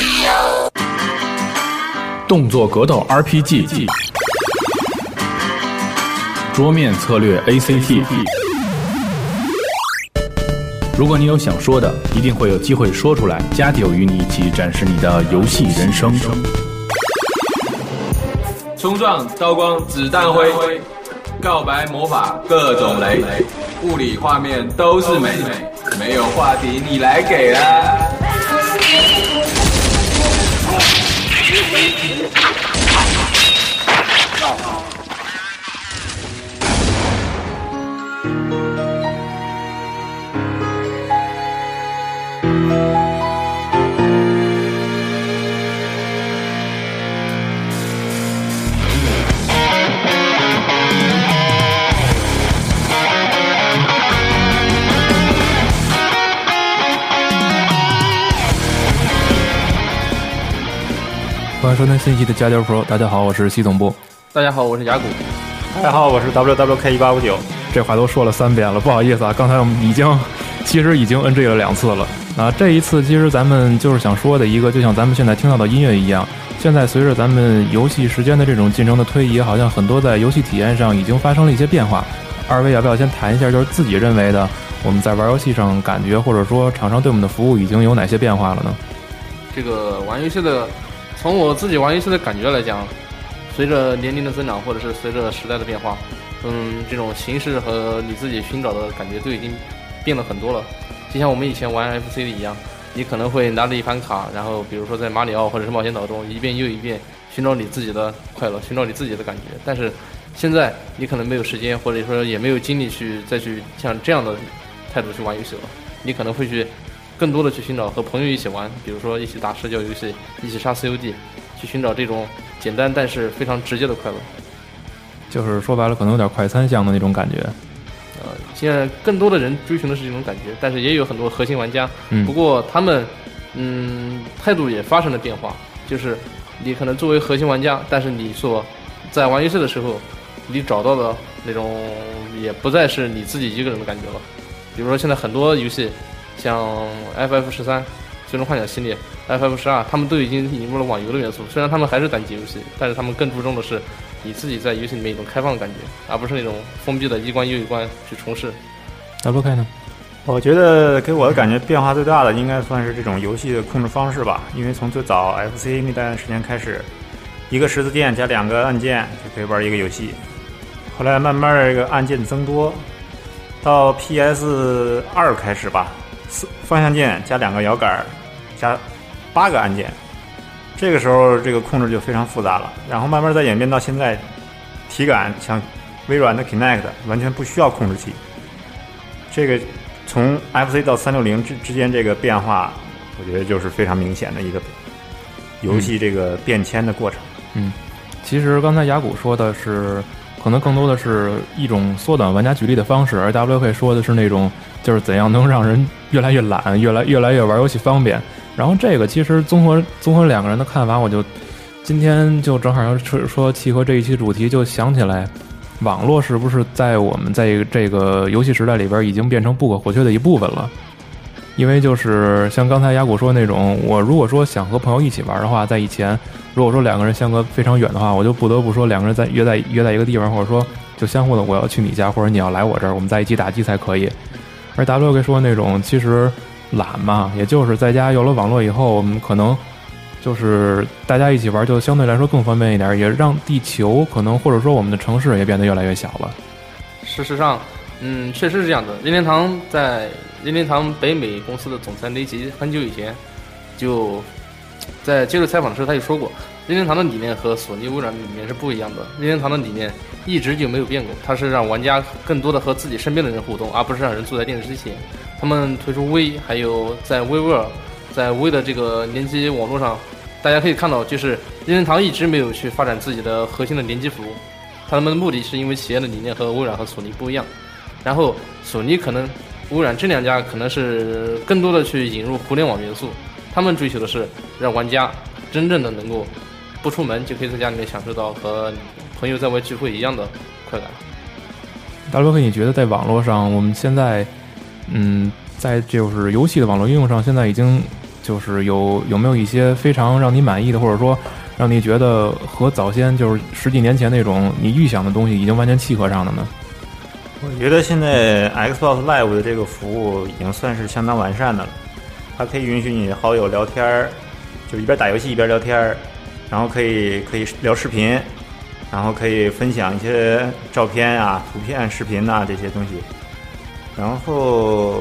动作格斗 RPG， 桌面策略 ACT。 如果你有想说的，一定会有机会说出来，加丢与你一起展示你的游戏人生。 冲撞、刀光、子弹灰，告白魔法各种雷，物理画面都是美，没有话题你来给啦。 欢迎收听新一期的加丢 Pro， 大家好，我是系统部。 大家好，我是雅古。 大家好，我是 WWK1859。 这话都说了3遍了，不好意思啊，刚才我们其实已经 NG 了2次了。这一次其实咱们就是想说的一个，就像咱们现在听到的音乐一样，现在随着咱们游戏时间的这种进程的推移，好像很多在游戏体验上已经发生了一些变化。二位要不要先谈一下，就是自己认为的我们在玩游戏上感觉，或者说厂商对我们的服务已经有哪些变化了呢？ 这个玩游戏的，从我自己玩游戏的感觉来讲，随着年龄的增长，或者是随着时代的变化，这种形式和你自己寻找的感觉都已经变了很多了。就像我们以前玩 FC 的一样，你可能会拿着一盘卡，然后比如说在马里奥或者是冒险岛中一遍又一遍寻找你自己的快乐，寻找你自己的感觉。但是现在你可能没有时间，或者说也没有精力再去像这样的态度去玩游戏了。你可能会去更多的去寻找和朋友一起玩，比如说一起打社交游戏，一起杀 COD， 去寻找这种简单但是非常直接的快乐。 就是说白了，可能有点快餐向的那种感觉。 现在更多的人追寻的是这种感觉，但是也有很多核心玩家，不过他们态度也发生了变化。就是你可能作为核心玩家，但是你在玩游戏的时候，你找到的那种也不再是你自己一个人的感觉了。比如说现在很多游戏，像 FF13、最终幻想系列、FF12，他们都已经引入了网游的元素。虽然他们还是单机游戏，但是他们更注重的是你自己在游戏里面一种开放的感觉，而不是那种封闭的一关又一关去重试。 WK 呢？ 我觉得给我的感觉变化最大的应该算是这种游戏的控制方式吧。因为从最早 FC 那段时间开始，一个十字键加2个按键就可以玩一个游戏。后来慢慢的这个按键增多，到 PS2 开始吧，方向键加2个摇杆加8个按键，这个时候这个控制就非常复杂了。然后慢慢再演变到现在，体感像微软的 Kinect 完全不需要控制器。这个从 FC 到360之间这个变化，我觉得就是非常明显的一个游戏这个变迁的过程。 其实刚才雅古说的是可能更多的是一种缩短玩家距离的方式，而 WK 说的是那种就是怎样能让人越来越懒，越来越玩游戏方便。然后这个其实综合两个人的看法，我就今天就正好要说契合这一期主题，就想起来网络是不是在我们在这个游戏时代里边已经变成不可或缺的一部分了。因为就是像刚才雅古说那种，我如果说想和朋友一起玩的话，在以前如果说两个人相隔非常远的话，我就不得不说两个人约在一个地方，或者说就相互的我要去你家，或者你要来我这儿，我们在一起打机才可以。而 WK 说那种其实懒嘛，也就是在家有了网络以后，我们可能就是大家一起玩就相对来说更方便一点，也让地球可能或者说我们的城市也变得越来越小了。 事实上确实是这样的。任天堂北美公司的总裁雷吉很久以前就在接受采访的时候他就说过，任天堂的理念和索尼微软的理念是不一样的。任天堂的理念一直就没有变过，它是让玩家更多的和自己身边的人互动，而不是让人坐在电视机前。他们推出 Wii， 还有在 WiiWare， 在 Wii 的这个联机网络上，大家可以看到就是任天堂一直没有去发展自己的核心的联机服务。他们的目的是因为企业的理念和微软和索尼不一样，然后索尼可能微软这两家可能是更多的去引入互联网元素，他们追求的是让玩家真正的能够不出门就可以在家里面享受到和朋友在外聚会一样的快感。 大罗克，你觉得在网络上我们现在在就是游戏的网络应用上，现在已经就是有没有一些非常让你满意的，或者说让你觉得和早先就是10几年前那种你预想的东西已经完全契合上的呢？ 我觉得现在 Xbox Live 的这个服务已经算是相当完善的了，它可以允许你好友聊天，就一边打游戏一边聊天，然后可以聊视频，然后可以分享一些照片啊、图片、视频啊这些东西。然后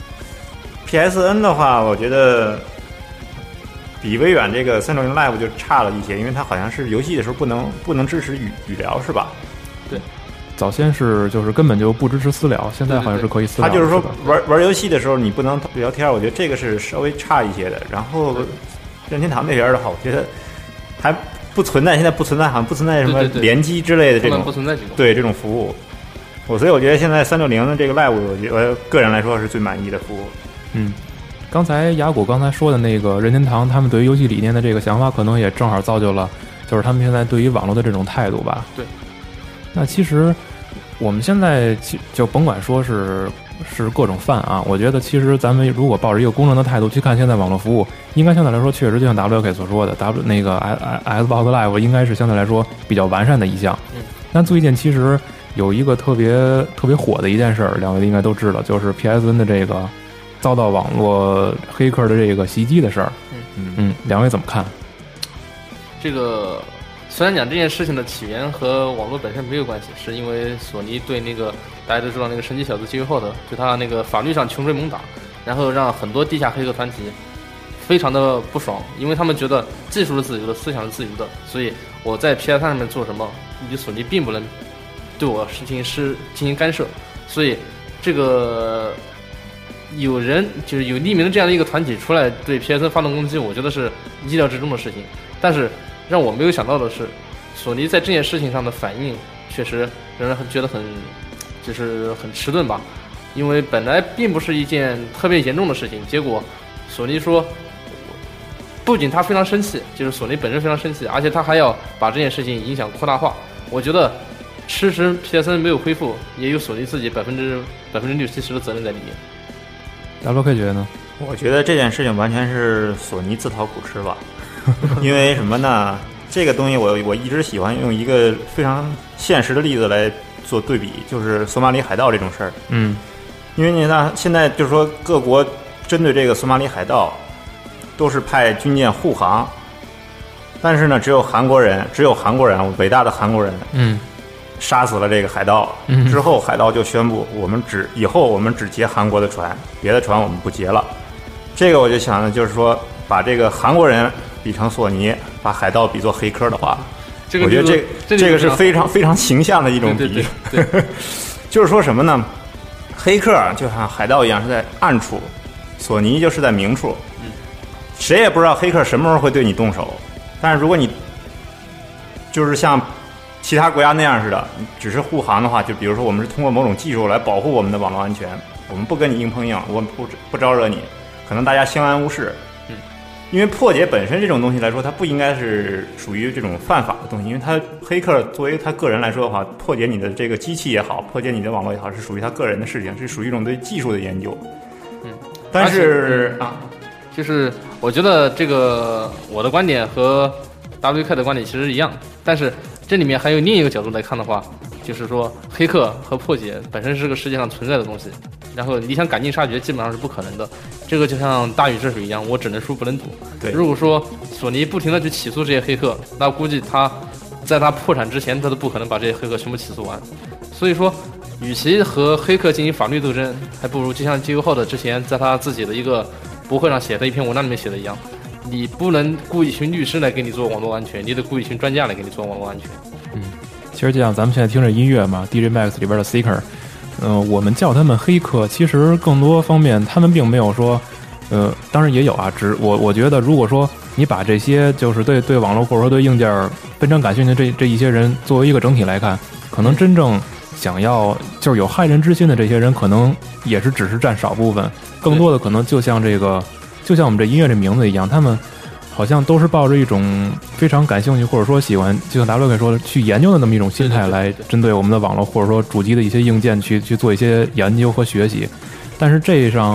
PSN 的话，我觉得比微软这个360 Live 就差了一些，因为它好像是游戏的时候不能支持语聊，是吧？ 对， 早先是就是根本就不支持私聊，现在好像是可以私聊。 它就是说玩游戏的时候你不能聊天，我觉得这个是稍微差一些的。然后任天堂那边的话，我觉得还不存在，现在不存在，好像不存在什么联机之类的这种， 不存在这种对这种服务。所以我觉得现在360的这个 Live， 我个人来说是最满意的服务。 刚才雅古刚才说的那个任天堂他们对于游戏理念的这个想法，可能也正好造就了就是他们现在对于网络的这种态度吧。 对， 那其实我们现在就甭管说是各种泛啊，我觉得其实咱们如果抱着一个公正的态度去看现在网络服务，应该相对来说确实就像 WK 所说的那个 Xbox Live 应该是相对来说比较完善的一项。但最近其实有一个特别火的一件事儿，两位应该都知道，就是 PSN 的这个遭到网络黑客的这个袭击的事儿。两位怎么看？这个虽然讲这件事情的起源和网络本身没有关系，是因为索尼对那个大家都知道那个神奇小子机会后的，对他那个法律上穷追猛打，然后让很多地下黑客团体非常的不爽，因为他们觉得技术是自由的，思想是自由的，所以我在 PS3 上面做什么，你索尼并不能对我进行干涉，所以这个有人就是有匿名的这样的一个团体出来对 PSN 发动攻击，我觉得是意料之中的事情。但是让我没有想到的是，索尼在这件事情上的反应确实让人觉得很迟钝吧，因为本来并不是一件特别严重的事情，结果索尼说，不仅他非常生气，就是索尼本身非常生气，而且他还要把这件事情影响扩大化。我觉得迟迟 PSN 没有恢复，也有索尼自己60%-70%的责任在里面。 WK 觉得呢？ 我觉得这件事情完全是索尼自讨苦吃吧。因为什么呢？这个东西我一直喜欢用一个非常现实的例子来做对比，就是索马里海盗这种事儿。因为你看现在就是说各国针对这个索马里海盗都是派军舰护航，但是呢只有韩国人伟大的韩国人杀死了这个海盗，之后海盗就宣布以后我们只劫韩国的船，别的船我们不劫了。这个我就想的就是说，把这个韩国人比成索尼，把海盗比作黑客的话，我觉得这个是非常非常形象的一种比喻。 对就是说什么呢？黑客就像海盗一样是在暗处，索尼就是在明处。谁也不知道黑客什么时候会对你动手，但是如果你就是像其他国家那样似的，只是护航的话，就比如说我们是通过某种技术来保护我们的网络安全，我们不跟你硬碰硬，我们不招惹你，可能大家相安无事。因为破解本身这种东西来说，它不应该是属于这种犯法的东西，因为他黑客作为他个人来说的话，破解你的这个机器也好，破解你的网络也好，是属于他个人的事情，是属于一种对技术的研究。但是就是我觉得这个我的观点和 WK 的观点其实是一样，但是这里面还有另一个角度来看的话，就是说黑客和破解本身是个世界上存在的东西，然后你想赶尽杀绝基本上是不可能的。这个就像大禹治水一样，我只能输不能赌。 对， 如果说索尼不停的去起诉这些黑客，那估计他在他破产之前，他都不可能把这些黑客全部起诉完。所以说，与其和黑客进行法律斗争，还不如就像金优浩的之前在他自己的一个博客上写的一篇文章里面写的一样，你不能雇一群律师来给你做网络安全，你得雇一群专家来给你做网络安全。 其实就像咱们现在听着音乐嘛 ，DJ Max 里边的 Seeker。我们叫他们黑客，其实更多方面他们并没有说，当然也有啊。我觉得，如果说你把这些就是对网络或者说对硬件非常感兴趣的这一些人作为一个整体来看，可能真正想要就是有害人之心的这些人，可能也是只是占少部分，更多的可能就像我们这音乐这名字一样，他们好像都是抱着一种非常感兴趣或者说喜欢，就像 WK 说的，去研究的那么一种心态来针对我们的网络或者说主机的一些硬件去做一些研究和学习。但是这上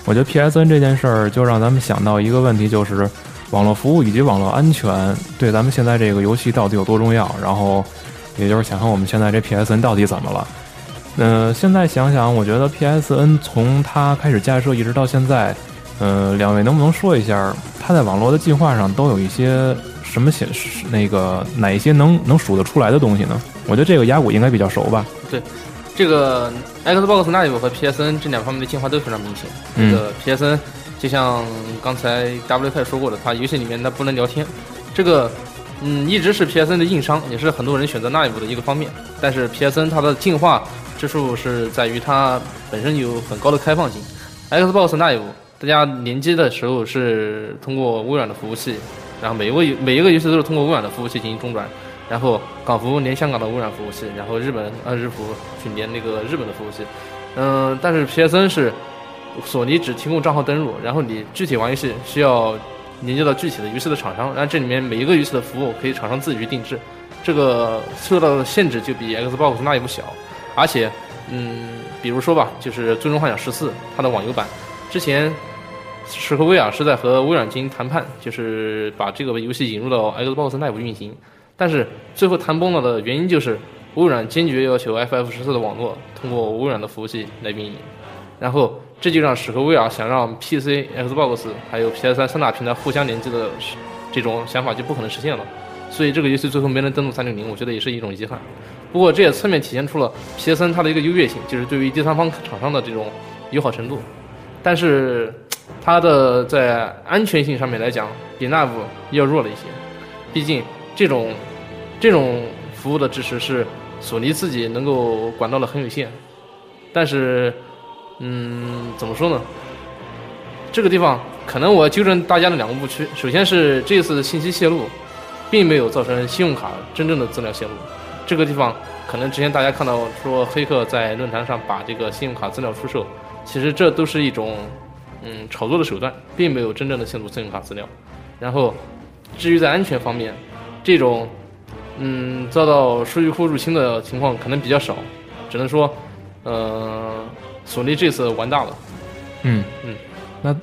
我觉得 PSN 这件事儿就让咱们想到一个问题，就是网络服务以及网络安全对咱们现在这个游戏到底有多重要，然后也就是想想我们现在这 PSN 到底怎么了。现在想想，我觉得 PSN 从它开始架设一直到现在，两位能不能说一下它在网络的进化上都有一些什么哪一些能数得出来的东西呢？我觉得这个雅古应该比较熟吧。 对，这个 Xbox Live 和 PSN 这两方面的进化都非常明显。这个 PSN 就像刚才 WK 说过的，它游戏里面它不能聊天，这个一直是 PSN 的硬伤，也是很多人选择 Live 的一个方面。但是 PSN 它的进化之处是在于它本身有很高的开放性。Xbox Live 大家联机的时候是通过微软的服务器，然后每一个游戏都是通过微软的服务器进行中转，然后港服连香港的微软服务器，然后日服去连那个日本的服务器。但是 PSN 是索尼只提供账号登录，然后你具体玩游戏需要连接到具体的游戏的厂商，然后这里面每一个游戏的服务可以厂商自己去定制，这个受到的限制就比 Xbox Live 小。而且比如说吧，就是《最终幻想14》它的网游版，之前史克威尔是在和微软进行谈判，就是把这个游戏引入到 Xbox Live 运行，但是最后谈崩了的原因就是微软坚决要求 FF14 的网络通过微软的服务器来运营，然后这就让史克威尔想让 PC、Xbox 还有 PS3 三大平台互相连接的这种想法就不可能实现了，所以这个游戏最后没能登陆360，我觉得也是一种遗憾。不过这也侧面体现出了 PSN 它的一个优越性，就是对于第三方厂商的这种友好程度，但是它的在安全性上面来讲比 Live 要弱了一些，毕竟这种服务的支持是索尼自己能够管到的很有限，但是怎么说呢，这个地方可能我纠正大家的两个误区。首先是这次的信息泄露并没有造成信用卡真正的资料泄露，这个地方可能之前大家看到说黑客在论坛上把这个信用卡资料出售，其实这都是一种炒作的手段，并没有真正的泄露信用卡资料。然后至于在安全方面，这种遭到数据库入侵的情况可能比较少，只能说索尼这次玩大了。 那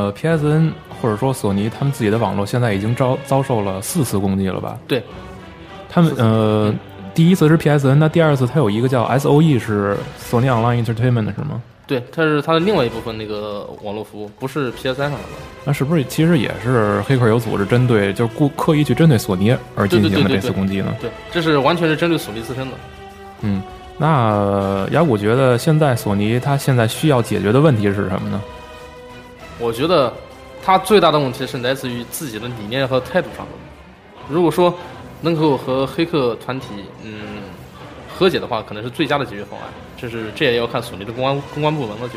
PSN 或者说索尼他们自己的网络现在已经遭受了4次攻击了吧？ 对， 他们第一次是 PSN， 那第二次它有一个叫 SOE 是 Sony Online Entertainment 是吗？ 对，它是它的另外一部分那个网络服务，不是 PS3 上的。 那是不是其实也是黑客有组织针对，就是刻意去针对索尼而进行的这次攻击呢？ 对，这是完全是针对索尼自身的。 那雅古觉得现在索尼它现在需要解决的问题是什么呢？ 我觉得它最大的问题是来自于自己的理念和态度上的。如果说能够和黑客团体和解的话，可能是最佳的解决方案。这也要看索尼的公关部门了，就是。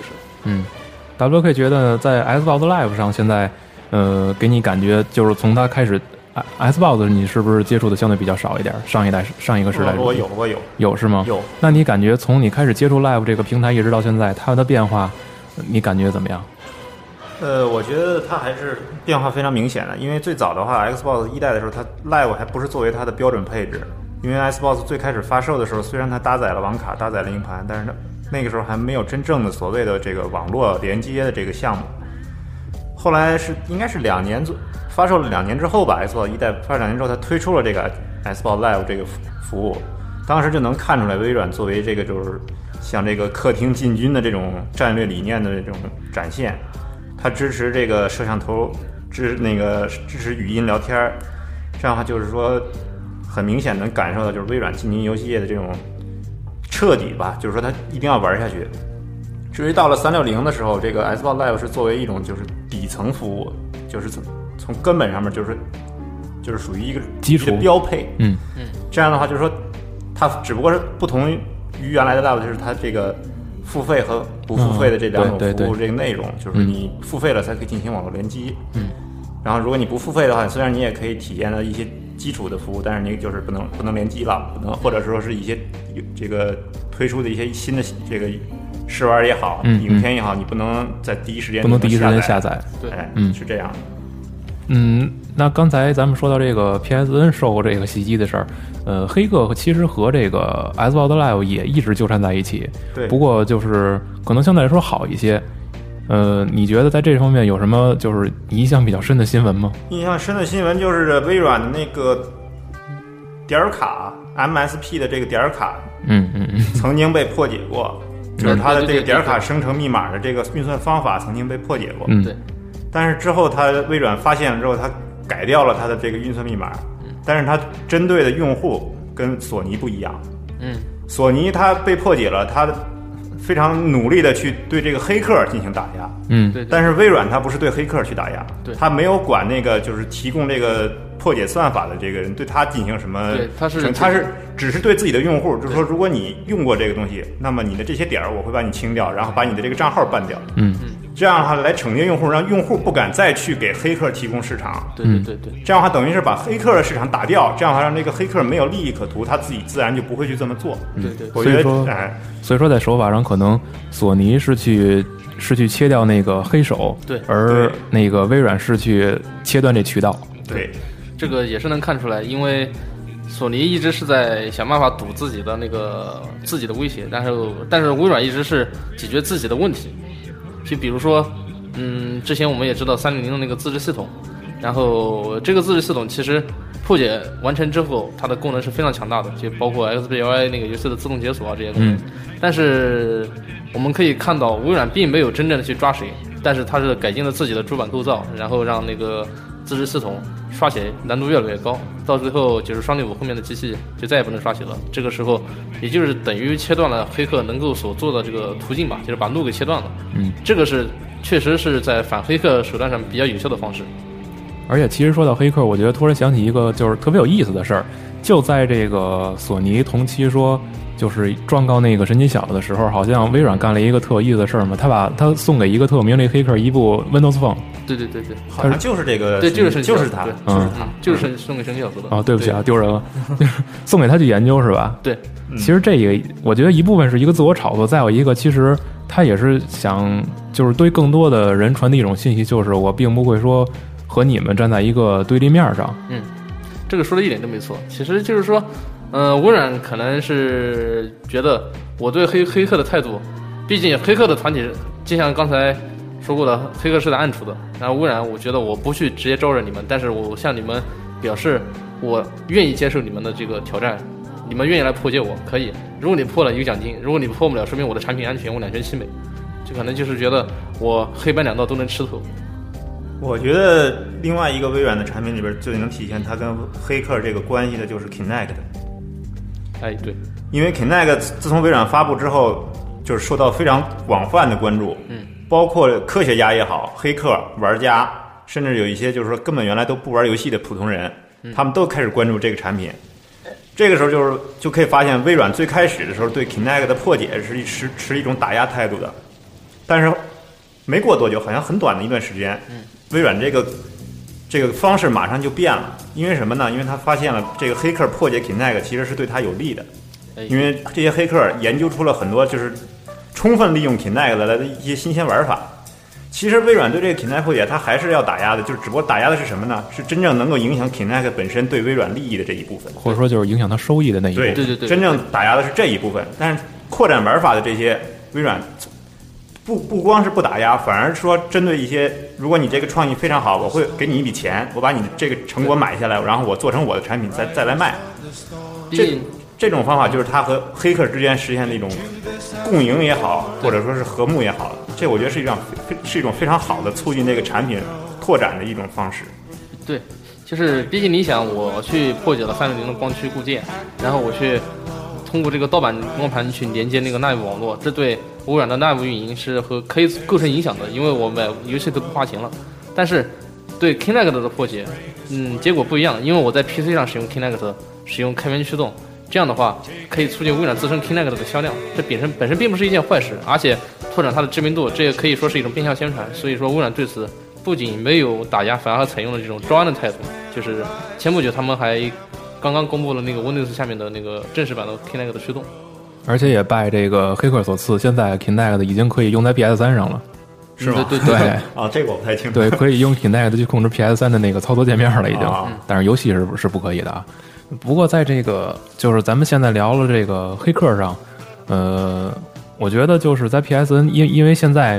WK 觉得在 Xbox Live 上现在给你感觉就是从它开始 Xbox 你是不是接触的相对比较少一点？上一个时代我有是吗？ 有。 那你感觉从你开始接触 Live 这个平台一直到现在，它的变化，你感觉怎么样？ 我觉得它还是变化非常明显的，因为最早的话 Xbox 1代的时候，它 Live 还不是作为它的标准配置，因为 Xbox 最开始发售的时候，虽然它搭载了网卡，搭载了硬盘，但是那个时候还没有真正的所谓的这个网络连接的这个项目。后来应该是发售了2年之后吧 ，Xbox 1代发售2年之后，它推出了这个 Xbox Live 这个服务，当时就能看出来微软作为这个就是像这个客厅进军的这种战略理念的这种展现。它支持这个摄像头，支持语音聊天，这样的话就是说，很明显能感受到就是微软进军游戏业的这种彻底吧，就是说它一定要玩下去。至于到了360的时候，这个 Xbox Live 是作为一种就是底层服务，就是从根本上面就是属于一个基础标配。这样的话就是说，它只不过是不同于原来的 Live， 就是它这个付费和不付费的这两种服务这个内容，就是你付费了才可以进行网络联机。然后如果你不付费的话，虽然你也可以体验到一些基础的服务，但是你就是不能联机了，不能，或者说是一些这个推出的一些新的这个试玩也好，影片也好，你不能在第一时间下载。 对， 是这样的。 那刚才咱们说到这个 PSN 受这个袭击的事儿，黑客其实和这个 Xbox Live 也一直纠缠在一起。 对， 不过就是可能相对来说好一些。 你觉得在这方面有什么就是你印象比较深的新闻吗？ 印象深的新闻就是微软的那个点儿卡 MSP 的这个点儿卡，曾经被破解过，就是它的这个点儿卡生成密码的这个运算方法曾经被破解过。 对。 但是之后微软发现了之后，它改掉了它的这个运算密码，但是它针对的用户跟索尼不一样。索尼它被破解了，它非常努力的去对这个黑客进行打压。 对。 但是微软它不是对黑客去打压， 对， 它没有管那个就是提供这个破解算法的这个人对他进行什么？ 对，他是只是对自己的用户，就是说，如果你用过这个东西，那么你的这些点我会把你清掉，然后把你的这个账号办掉。这样的话来惩戒用户，让用户不敢再去给黑客提供市场。 对。 这样的话等于是把黑客的市场打掉，这样的话让这个黑客没有利益可图，他自己自然就不会去这么做。 对。 我觉得， 所以说在手法上可能索尼是去切掉那个黑手， 对， 而那个微软是去切断这渠道。 对。 这个也是能看出来，因为索尼一直是在想办法堵自己的威胁，但是微软一直是解决自己的问题。就比如说，之前我们也知道360的那个自制系统，然后这个自制系统其实破解完成之后，它的功能是非常强大的，就包括 XBLA 那个游戏的自动解锁啊这些功能。但是我们可以看到，微软并没有真正的去抓谁，但是它是改进了自己的主板构造，然后让那个自制系统刷起来难度越来越高，到最后就是双95后面的机器就再也不能刷起了。这个时候也就是等于切断了黑客能够所做的这个途径吧，就是把路给切断了。这个是确实是在反黑客手段上比较有效的方式。 而且其实说到黑客，我觉得突然想起一个就是特别有意思的事儿，就在这个索尼同期说就是状告那个神奇小子的时候，好像微软干了一个特有意思的事儿嘛，他送给一个特有名的黑客一部 Windows Phone。 对， 好像就是这个， 对，就是他， 就是送给神奇小子的。 哦，对不起啊，丢人了，送给他去研究是吧？ 对， 其实这个我觉得一部分是一个自我炒作，再有一个其实他也是想就是对更多的人传递一种信息，就是我并不会说和你们站在一个对立面上。 这个说的一点都没错。其实就是说，微软可能是觉得我对黑客的态度，毕竟黑客的团体就像刚才说过的，黑客是在暗处的。然后微软，我觉得我不去直接招惹你们，但是我向你们表示我愿意接受你们的这个挑战，你们愿意来破解我可以。如果你破了有奖金，如果你破不了，说明我的产品安全，我两全其美。就可能就是觉得我黑白两道都能吃透。 我觉得另外一个微软的产品里边最能体现它跟黑客这个关系的就是 Kinect。 对， 因为 Kinect 自从微软发布之后，就是受到非常广泛的关注。包括科学家也好，黑客、玩家，甚至有一些就是说根本原来都不玩游戏的普通人，他们都开始关注这个产品。这个时候就可以发现，微软最开始的时候对 Kinect 的破解是持一种打压态度的，但是没过多久，好像很短的一段时间，微软这个方式马上就变了。因为什么呢？因为他发现了这个黑客破解 Kinect 其实是对他有利的，因为这些黑客研究出了很多就是充分利用 Kinect 来的一些新鲜玩法。其实微软对这个 Kinect 破解，它还是要打压的，就是只不过打压的是什么呢？是真正能够影响 Kinect 本身对微软利益的这一部分， 或者说就是影响它收益的那一部分。 对， 真正打压的是这一部分。但是扩展玩法的这些，微软不光是不打压，反而说针对一些，如果你这个创意非常好，我会给你一笔钱，我把你这个成果买下来，然后我做成我的产品再来卖。这种方法就是它和黑客之间实现的一种共赢也好，或者说是和睦也好，这我觉得是一种非常好的促进这个产品拓展的一种方式。 对，就是毕竟你想，我去破解了360的光驱固件，然后我去通过这个盗版光盘去连接那个内部网络，这对微软的内部运营是可以构成影响的，因为我们游戏都不花钱了。但是对 Kinect 的破解，结果不一样，因为我在 PC 上使用 Kinect， 使用开源驱动，这样的话可以促进微软自身 Kinect 的销量，这本身并不是一件坏事，而且拓展它的知名度，这也可以说是一种变相宣传。所以说微软对此不仅没有打压，反而采用了这种招安的态度。就是前不久他们还刚刚公布了那个 Windows 下面的那个正式版的 Kinect 的驱动， 而且也拜这个黑客所赐，现在 Kinect 已经可以用在 PS3 上了。 是吗？ 对啊，这个我不太清楚。 对，可以用 Kinect 去控制 PS3 的那个操作界面了，已经。但是游戏是不可以的啊。不过在这个就是咱们现在聊了这个黑客上，我觉得就是在 PSN，因为现在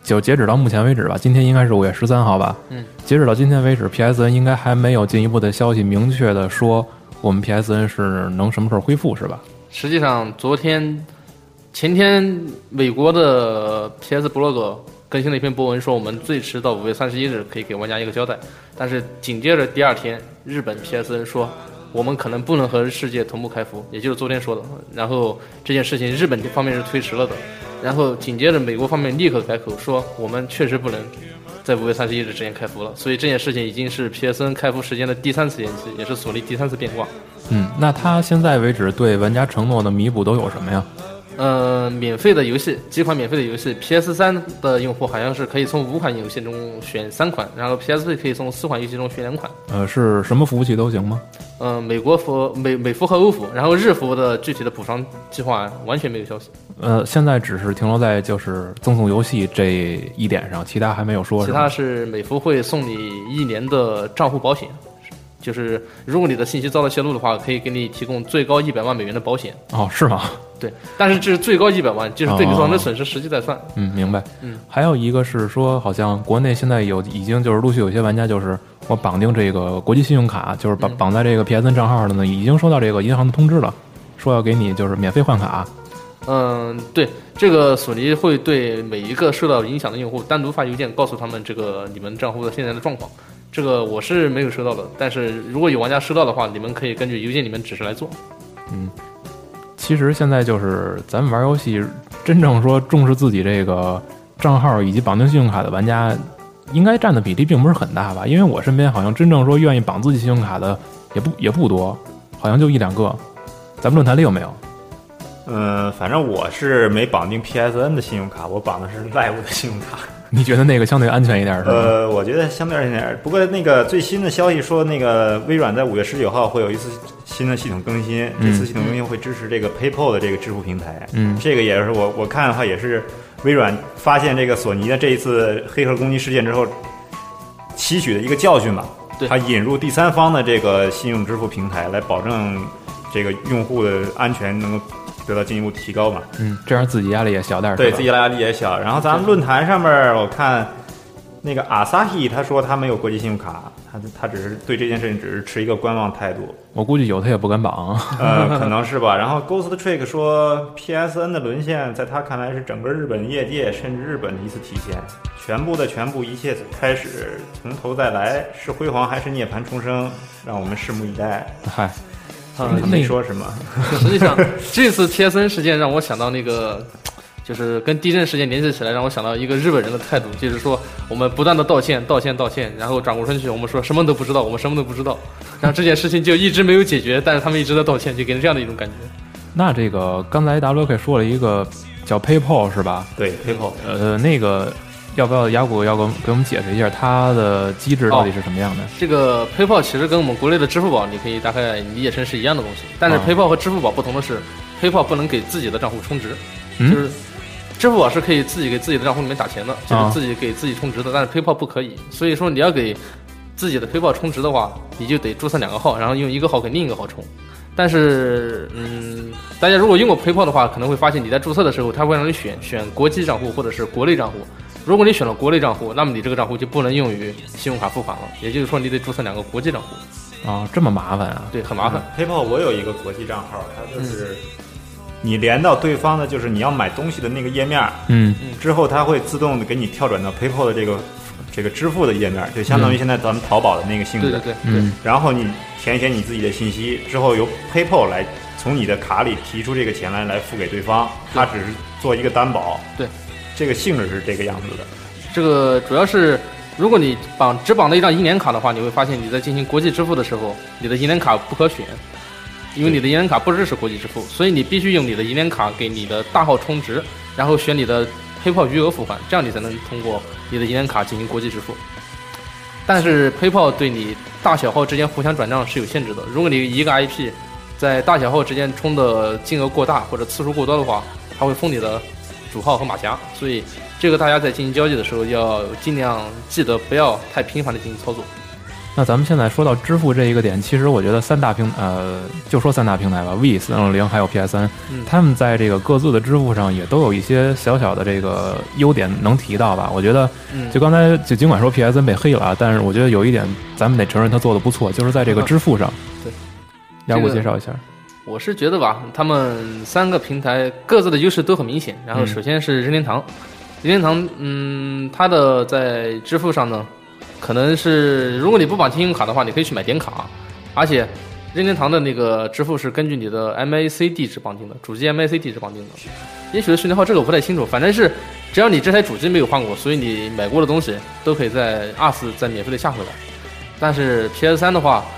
就截止到目前为止吧，今天应该是5月13号吧。截止到今天为止 ，PSN 应该还没有进一步的消息明确的说我们 PSN 是能什么时候恢复，是吧？ 实际上，前天美国的 PS Blog 更新了一篇博文，说我们最迟到5月31日可以给玩家一个交代。但是紧接着第二天，日本 PSN 说我们可能不能和世界同步开服，也就是昨天说的。然后这件事情日本方面是推迟了的。然后紧接着美国方面立刻改口说我们确实不能在5月31日之前开服了。所以这件事情已经是 PSN 开服时间的第3次延期，也是索尼第3次变卦。 那他现在为止对玩家承诺的弥补都有什么呀？ 免费的游戏，几款免费的游戏 ，PS3 的用户好像是可以从5款游戏中选3款，然后 PS4 可以从4款游戏中选2款。 是什么服务器都行吗？ 美服和欧服，然后日服的具体的补偿计划完全没有消息。 现在只是停留在就是赠送游戏这一点上，其他还没有说。 其他是美服会送你1年的账户保险。就是如果你的信息遭到泄露的话，可以给你提供最高100万美元的保险。 哦，是吗？ 对，但是这是最高100万，就是对你造成的损失实际在算。 明白。还有一个是说，好像国内现在已经就是陆续有些玩家就是我绑定这个国际信用卡，就是绑在这个 PSN 账号的呢，已经收到这个银行的通知了，说要给你就是免费换卡。 对，这个索尼会对每一个受到影响的用户单独发邮件，告诉他们这个你们账户的现在的状况。这个我是没有收到的，但是如果有玩家收到的话，你们可以根据邮件里面指示来做。 其实现在就是咱们玩游戏，真正说重视自己这个账号以及绑定信用卡的玩家，应该占的比例并不是很大吧？因为我身边好像真正说愿意绑自己信用卡的也不多，好像就1-2个。咱们论坛里有没有？ 反正我是没绑定 PSN 的信用卡，我绑的是 Live 的信用卡。 你觉得那个相对安全一点是吗？ 我觉得相对安全一点。不过那个最新的消息说，那个微软在5月19号会有一次新的系统更新，这次系统更新会支持这个 PayPal 的这个支付平台。这个也是我看的话，也是微软发现这个索尼的这一次黑客攻击事件之后吸取的一个教训吧。它引入第三方的这个信用支付平台，来保证这个用户的安全能够得到进一步提高嘛。 这样自己压力也小点。 对，自己压力也小。然后咱们论坛上面我看那个 Asahi 他说他没有国际信用卡，他只是对这件事情只是持一个观望态度。我估计有他也不敢绑。 可能是吧。然后 Ghost Trick 说 PSN 的沦陷在他看来是整个日本业界甚至日本的一次体现，全部一切开始从头再来，是辉煌还是涅槃重生，让我们拭目以待。 嗨， 没说什么。 实际上这次 PSN 事件让我想到那个就是跟地震事件联系起来，让我想到一个日本人的态度，就是说我们不断的道歉，然后转过身去我们说什么都不知道，然后这件事情就一直没有解决，但是他们一直在道歉，就给人这样的一种感觉。 那这个刚才 WK 说了一个叫 PayPal 是吧？ 对 PayPal。 那个要不要雅谷要给我们解释一下它的机制到底是什么样的？ 这个 PayPal 其实跟我们国内的支付宝你可以大概理解成是一样的东西，但是 PayPal 和支付宝不同的是，PayPal 不能给自己的账户充值。就是支付宝是可以自己给自己的账户里面打钱的，就是自己给自己充值的，但是 PayPal 不可以。所以说你要给自己的 PayPal 充值的话，你就得注册2个号，然后用一个号给另一个号充。但是大家如果用过 PayPal 的话，可能会发现你在注册的时候，它会让你选国际账户或者是国内账户。如果你选了国内账户，那么你这个账户就不能用于信用卡付款了，也就是说你得注册2个国际账户。 这么麻烦啊？ 对，很麻烦。 PayPal 我有一个国际账号，它就是你连到对方的就是你要买东西的那个页面，之后它会自动的给你跳转到 PayPal 的这个支付的页面，就相当于现在咱们淘宝的那个性质。 对。 然后你填写你自己的信息之后，由 PayPal 来从你的卡里提出这个钱来付给对方，它只是做一个担保。 对， 这个性质是这个样子的。 这个主要是如果你只绑了一张银联卡的话，你会发现你在进行国际支付的时候，你的银联卡不可选。因为你的银联卡不支持国际支付，所以你必须用你的银联卡给你的大号充值，然后选你的 PayPal 余额付款，这样你才能通过你的银联卡进行国际支付。但是 PayPal 对你大小号之间互相转账是有限制的，如果你一个 IP 在大小号之间充的金额过大或者次数过多的话，它会封你的主号和马甲，所以这个大家在进行交易的时候要尽量记得不要太频繁的进行操作。 那咱们现在说到支付这一个点，其实我觉得就说三大平台吧 ，V、360还有 PS3，他们在这个各自的支付上也都有一些小小的这个优点能提到吧。我觉得，就刚才就尽管说 PS3被黑了啊，但是我觉得有一点咱们得承认他做的不错，就是在这个支付上。 对， 要不介绍一下？ 我是觉得吧，他们三个平台各自的优势都很明显。然后首先是任天堂，它的在支付上呢。可能是如果你不绑信用卡的话，你可以去买点卡，而且任天堂的那个支付是根据你的 MAC 地址绑定的，主机 MAC 地址绑定的。也许是序列号这个我不太清楚，反正是只要你这台主机没有换过，所以你买过的东西都可以在2再免费的下回来。但是 PS3 的话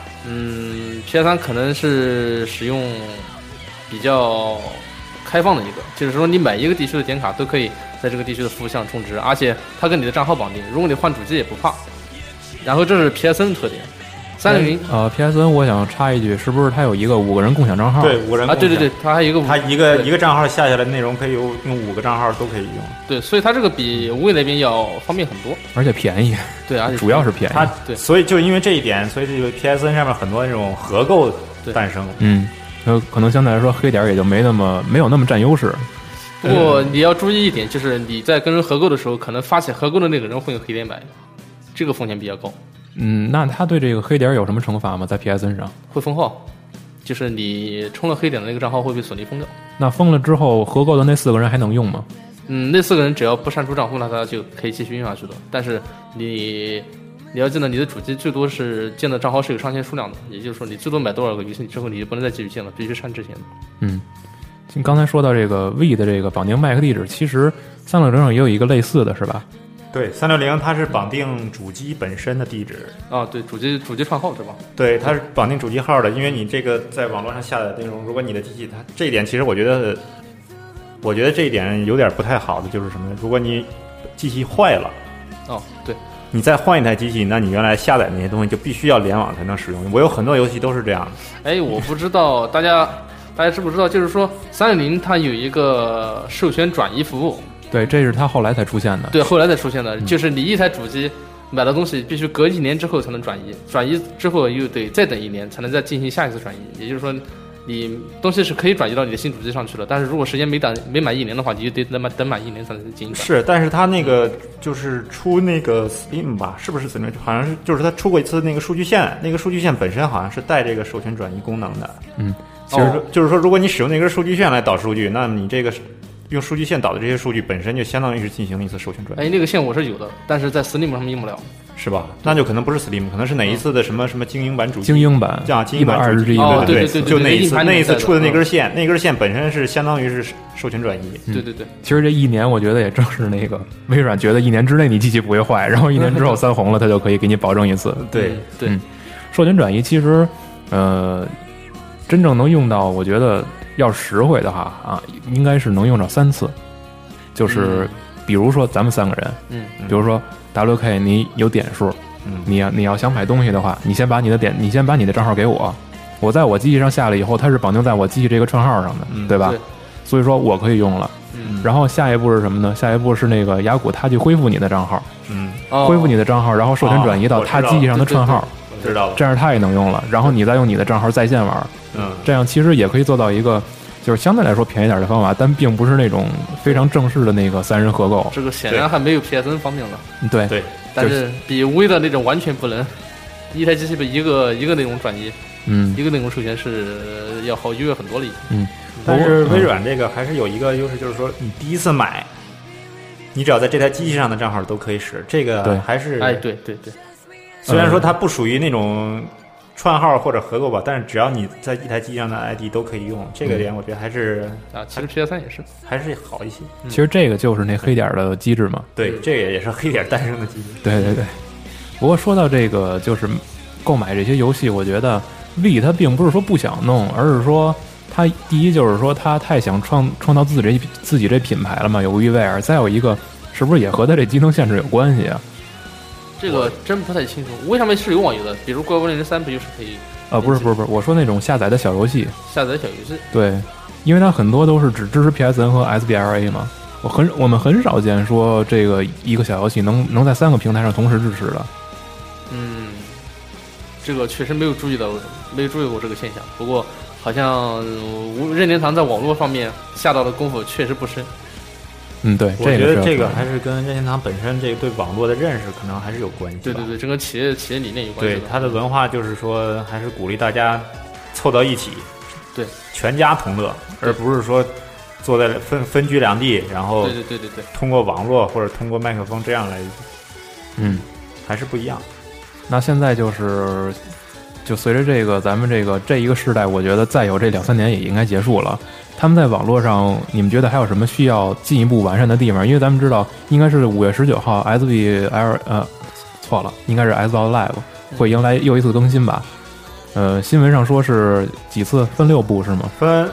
，PS3 可能是使用比较开放的一个，就是说你买一个地区的点卡都可以在这个地区的服务项充值，而且它跟你的账号绑定，如果你换主机也不怕。然后这是 PSN 的特点，360 PSN 我想插一句，是不是它有一个5个人共享账号？ 对，5个人共享啊，对，它还有一个账号下下来的内容可以用5个账号都可以用。 对，所以它这个比无畏那边要方便很多， 而且便宜。 对，而且主要是便宜。 对， 所以就因为这一点，所以这个 PSN 上面很多那种合购诞生。 可能相对来说黑点也就没有那么占优势。 不过你要注意一点，就是你在跟人合购的时候，可能发起合购的那个人会用黑点买。这个风险比较高。 那他对这个黑点有什么惩罚吗？在 PSN 上会封号，就是你充了黑点的那个账号会被索尼封掉。 那封了之后，合购的那4个人还能用吗？ 那4个人只要不删除账户，那他就可以继续用下去的。但是你要记得，你的主机最多是建的账号是有上限数量的，也就是说，你最多买多少个游戏之后，你就不能再继续建了，必须删之前的。 刚才说到这个 V 的这个绑定 MAC 地址，其实360上也有一个类似的，是吧？ 对，360它是绑定主机本身的地址啊，对，主机串号是吧？ 对，它是绑定主机号的，因为你这个在网络上下载的内容，如果你的机器它这一点，其实我觉得这一点有点不太好的就是什么呢？如果你机器坏了， 对， 你再换一台机器，那你原来下载那些东西就必须要联网才能使用。我有很多游戏都是这样的。 我不知道大家知不知道，就是说360它有一个授权转移服务。 对，这是它后来才出现的。 对，后来才出现的，就是你一台主机买的东西必须隔1年之后才能转移，转移之后又得再等1年才能再进行下一次转移。也就是说，你东西是可以转移到你的新主机上去了，但是如果时间没满1年的话，你就得等满1年才能进行转移。 是，但是它那个就是出那个 Steam 吧，是不是 Steam？ 好像是，就是它出过一次那个数据线，那个数据线本身好像是带这个授权转移功能的。其实就是说，如果你使用那根数据线来导数据，那么你这个用数据线导的这些数据本身就相当于是进行了一次授权转移。 那个线我是有的，但是在 Steam 上面用不了， 是吧？那就可能不是 Steam， 可能是哪一次的什么精英版主机。 精英版 120G， 对， 就那一次出的那根线，那根线本身是相当于是授权转移。 对。 其实这1年，我觉得也正是那个微软觉得1年之内你机器不会坏，然后1年之后3红了，它就可以给你保证一次。 对， 授权转移其实真正能用到，我觉得要实惠的话应该是能用上3次。就是比如说咱们3个人，比如说 WK 你有点数，你要想买东西的话，你先把你的账号给我，我在我机器上下了以后，它是绑定在我机器这个串号上的，对吧？所以说我可以用了。然后下一步是什么呢？下一步是那个雅谷他去恢复你的账号，恢复你的账号，然后授权转移到他机器上的串号， 我知道了， 这样他也能用了。然后你再用你的账号在线玩，这样其实也可以做到一个就是相对来说便宜点的方法，但并不是那种非常正式的那个3人合购。 这个显然还没有 PSN 方便了。 对， 但是比无微的那种完全不能，一台机器被一个内容转移，一个内容授权是要优越很多了已经。 但是微软这个还是有一个优势，就是说你第一次买，你只要在这台机器上的账号都可以使，这个还是对。 虽然说它不属于那种串号或者合购吧，但是只要你在一台机器上的 ID 都可以用，这个点我觉得还是其实 PS3 也是还是好一些。 其实这个就是那黑点的机制嘛。 对，这个也是黑点诞生的机制。 对。不过说到这个，就是购买这些游戏，我觉得 V 它并不是说不想弄，而是说它第一就是说它太想创造自己这品牌了嘛，有 VWare。再有一个，是不是也和它这机能限制有关系啊？ 这个真不太清楚。为什么是有网游的？比如《怪物猎人3》不就是可以？ 不是，我说那种下载的小游戏。 下载小游戏。对， 因为它很多都是只支持 PSN 和 SBLA 嘛。我们很少见说这个一个小游戏能在3个平台上同时支持的。 这个确实没有注意过这个现象。不过好像任天堂在网络方面下到的功夫确实不深。 对， 我觉得这个还是跟任天堂本身这个对网络的认识可能还是有关系。 对，整个企业理念有关系。 对，它的文化就是说还是鼓励大家凑到一起， 对， 全家同乐，而不是说坐在分居两地，然后对， 通过网络或者通过麦克风这样来，还是不一样。 那现在就随着这个咱们这一个时代，我觉得再有这2-3年也应该结束了。他们在网络上，你们觉得还有什么需要进一步完善的地方？因为咱们知道，应该是5月19号 SBL 错了，应该是 Xbox Live 会迎来又一次更新吧？新闻上说是几次，分6部是吗？ 分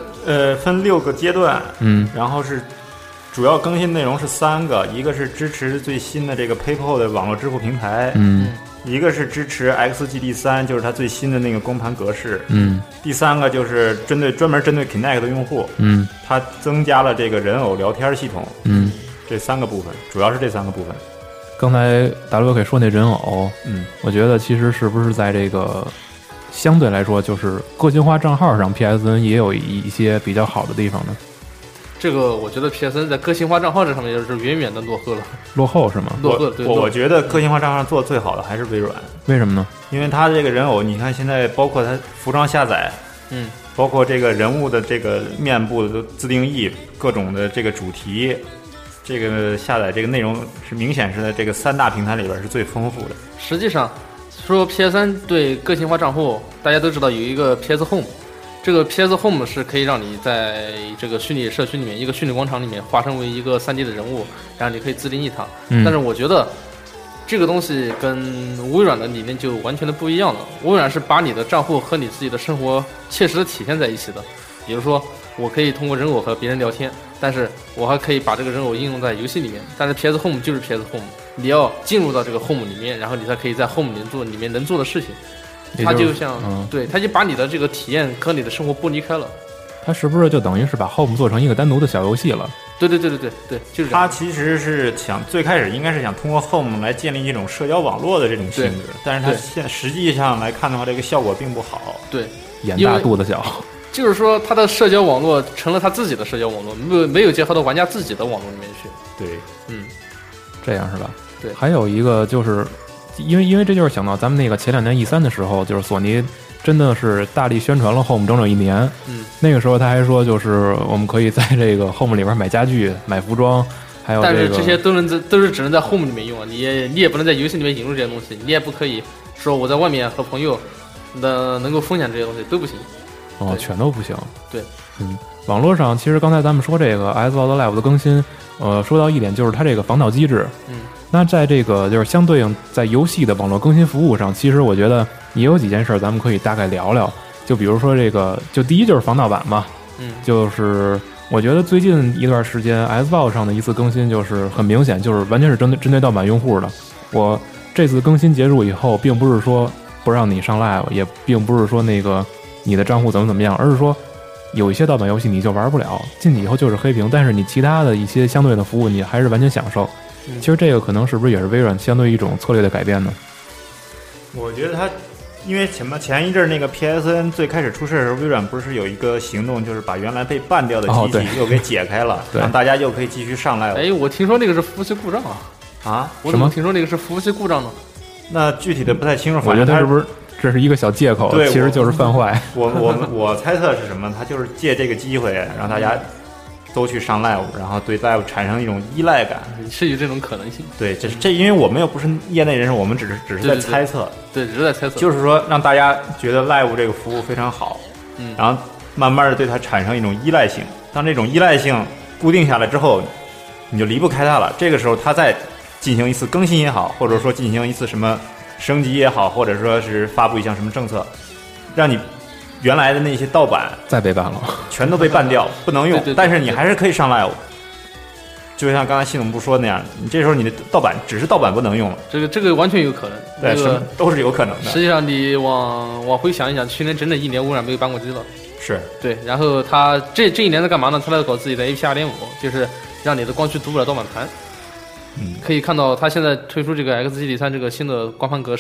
6个阶段，然后是主要更新内容是3个，一个是支持最新的这个 PayPal 的网络支付平台，一个是支持 XGD3，就是它最新的那个光盘格式，第3个就是专门针对 Kinect 的用户，它增加了这个人偶聊天系统，这3个部分，主要是这3个部分。 刚才WK 说那人偶，我觉得其实是不是在这个相对来说，就是个性化账号上 PSN 也有一些比较好的地方呢？ 这个我觉得 PSN 在个性化账号这上面就是远远的落后了。 落后是吗？ 落后，对。 我觉得个性化账号上做的最好的还是微软。 为什么呢？ 因为它这个人偶，你看现在包括它服装下载，包括这个人物的这个面部的自定义，各种的这个主题，这个下载这个内容是明显是在这个3大平台里边是最丰富的。 实际上说 PS3 对个性化账户，大家都知道有一个 PS Home。这个 PS Home 是可以让你在这个虚拟社区里面，一个虚拟广场里面化身为一个3D 的人物，然后你可以自定义它。但是我觉得这个东西跟微软的理念就完全的不一样了。微软是把你的账户和你自己的生活切实的体现在一起的。比如说，我可以通过人偶和别人聊天，但是我还可以把这个人偶应用在游戏里面。但是 PS Home 就是 PS Home， 你要进入到这个 Home 里面，然后你才可以在 Home 里面能做的事情。它就像，对，它就把你的这个体验和你的生活剥离开了。 它是不是就等于是把 Home 做成一个单独的小游戏了？ 对，就是它其实是最开始应该是想通过 Home 来建立一种社交网络的这种性质，但是它实际上来看的话，这个效果并不好。 对， 眼大肚子小。 就是说，它的社交网络成了它自己的社交网络，没有结合到玩家自己的网络里面去。 对， 这样是吧？ 对。 还有一个就是。因为这就是想到咱们那个前2年E3的时候，就是索尼真的是大力宣传了 Home 整整1年。那个时候他还说，就是我们可以在这个 Home 里边买家具、买服装，还有但是这些都是只能在 Home 里面用啊，你也不能在游戏里面引入这些东西，你也不可以说我在外面和朋友能够分享这些东西都不行。 全都不行。 对， 网络上其实刚才咱们说这个 Xbox Live 的更新，说到一点就是它这个防盗机制。那在这个就是相对应在游戏的网络更新服务上，其实我觉得也有几件事咱们可以大概聊聊。就比如说这个，就第一就是防盗版嘛，就是我觉得最近一段时间 Xbox 上的一次更新就是很明显，就是完全是针对盗版用户的。我这次更新结束以后，并不是说不让你上 Live， 也并不是说那个你的账户怎么样，而是说有一些盗版游戏你就玩不了，进去以后就是黑屏，但是你其他的一些相对的服务你还是完全享受。其实这个可能是不是也是微软相对一种策略的改变呢？ 我觉得它，因为前一阵那个 PSN 最开始出事的时候，微软不是有一个行动，就是把原来被ban掉的机器又给解开了，让大家又可以继续上来。 哎，我听说那个是服务器故障啊！我怎么听说那个是服务器故障呢？ 那具体的不太清楚， 我觉得它是不是这是一个小借口？ 对， 其实就是犯坏。 我猜测是什么？他就是借这个机会让大家都去上 Live， 然后对 Live 产生一种依赖感， 是有这种可能性。 对，这因为我们又不是业内人士，我们只是在猜测。 对，只是在猜测。 就是说让大家觉得 Live 这个服务非常好，然后慢慢的对它产生一种依赖性。当这种依赖性固定下来之后，你就离不开它了。这个时候它再进行一次更新也好，或者说进行一次什么升级也好，或者说是发布一项什么政策，让你原来的那些盗版再被ban了， 全都被ban掉，不能用。 对， 但是你还是可以上 Live， 就像刚才系统部说的那样，你这时候你的盗版只是盗版不能用了。 这个完全有可能， 对，什么都是有可能的。 实际上你往回想一想，去年整整1年微软没有搬过机了。 是对，然后他这1年在干嘛呢？他在搞自己的 APC 2.5，就是让你的光驱读不了盗版盘。可以看到他现在推出这个 XGD3 这个新的光盘格式，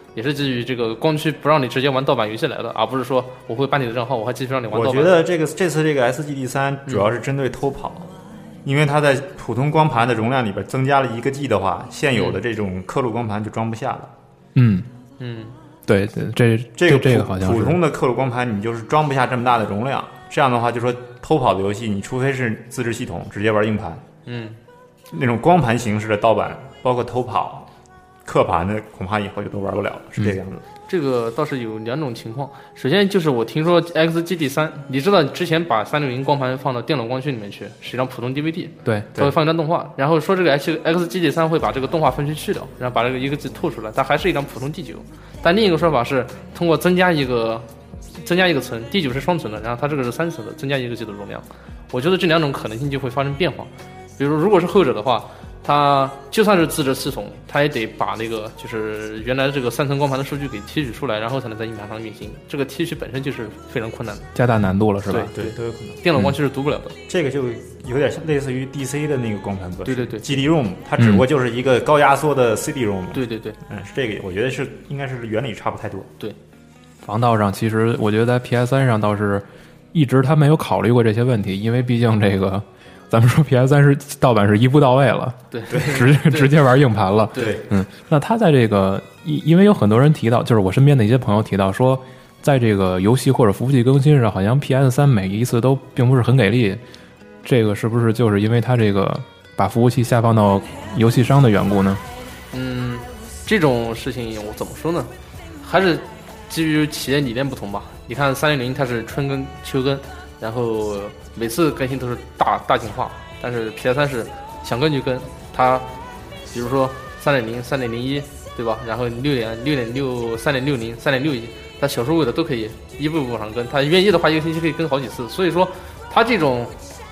也是基于这个光驱不让你直接玩盗版游戏来的，而不是说我会办你的账号，我还继续让你玩盗版。 我觉得这次这个 SGD3主要是针对偷跑。因为它在普通光盘的容量里边增加了1个 G 的话，现有的这种刻录光盘就装不下了。 对，这个好像是普通的刻录光盘，你就是装不下这么大的容量。这样的话，就说偷跑的游戏，你除非是自制系统直接玩硬盘，那种光盘形式的盗版，包括偷跑、刻盘的，恐怕以后就都玩不了了，是这个样子。 这个倒是有2种情况，首先就是我听说 XGD3，你知道之前把360光盘放到电脑光驱里面去，是一张普通 DVD， 对， 它会放一张动画，然后说这个 XGD3 会把这个动画分区去掉，然后把这个1个 G 吐出来，它还是一张普通 D9， 但另一个说法是通过增加一个层 ，D9 是双层的，然后它这个是3层的，增加1个 G 的容量，我觉得这2种可能性就会发生变化，比如果是后者的话。它就算是自制系统，它也得把那个就是原来的这个3层光盘的数据给提取出来，然后才能在硬盘上运行。这个提取本身就是非常困难的， 加大难度了，是吧？ 对，都有可能。 电脑光驱是读不了的。 这个就有点像类似于 DC 的那个光盘本， 对 ，GD-ROM， 它只不过就是一个高压缩的 CD-ROM。 对， 是这个，我觉得应该是原理差不太多。 对， 防盗上其实我觉得在 PS3 上倒是一直他没有考虑过这些问题，因为毕竟这个。咱们说 PS3 是盗版是一步到位了， 对， 直接玩硬盘了， 对， 那他在这个，因为有很多人提到，就是我身边的一些朋友提到说，在这个游戏或者服务器更新上，好像 PS3 每一次都并不是很给力，这个是不是就是因为他这个把服务器下放到游戏商的缘故呢？ 这种事情我怎么说呢？还是基于企业理念不同吧。你看360它是春更秋更。然后每次更新都是大进化，但是 PS3 是想更就更，它比如说3.0、3.01，对吧？然后6.6、3.60、3.61，它小数位的都可以一步步往上更，它愿意的话1个星期可以更好几次。所以说，它这种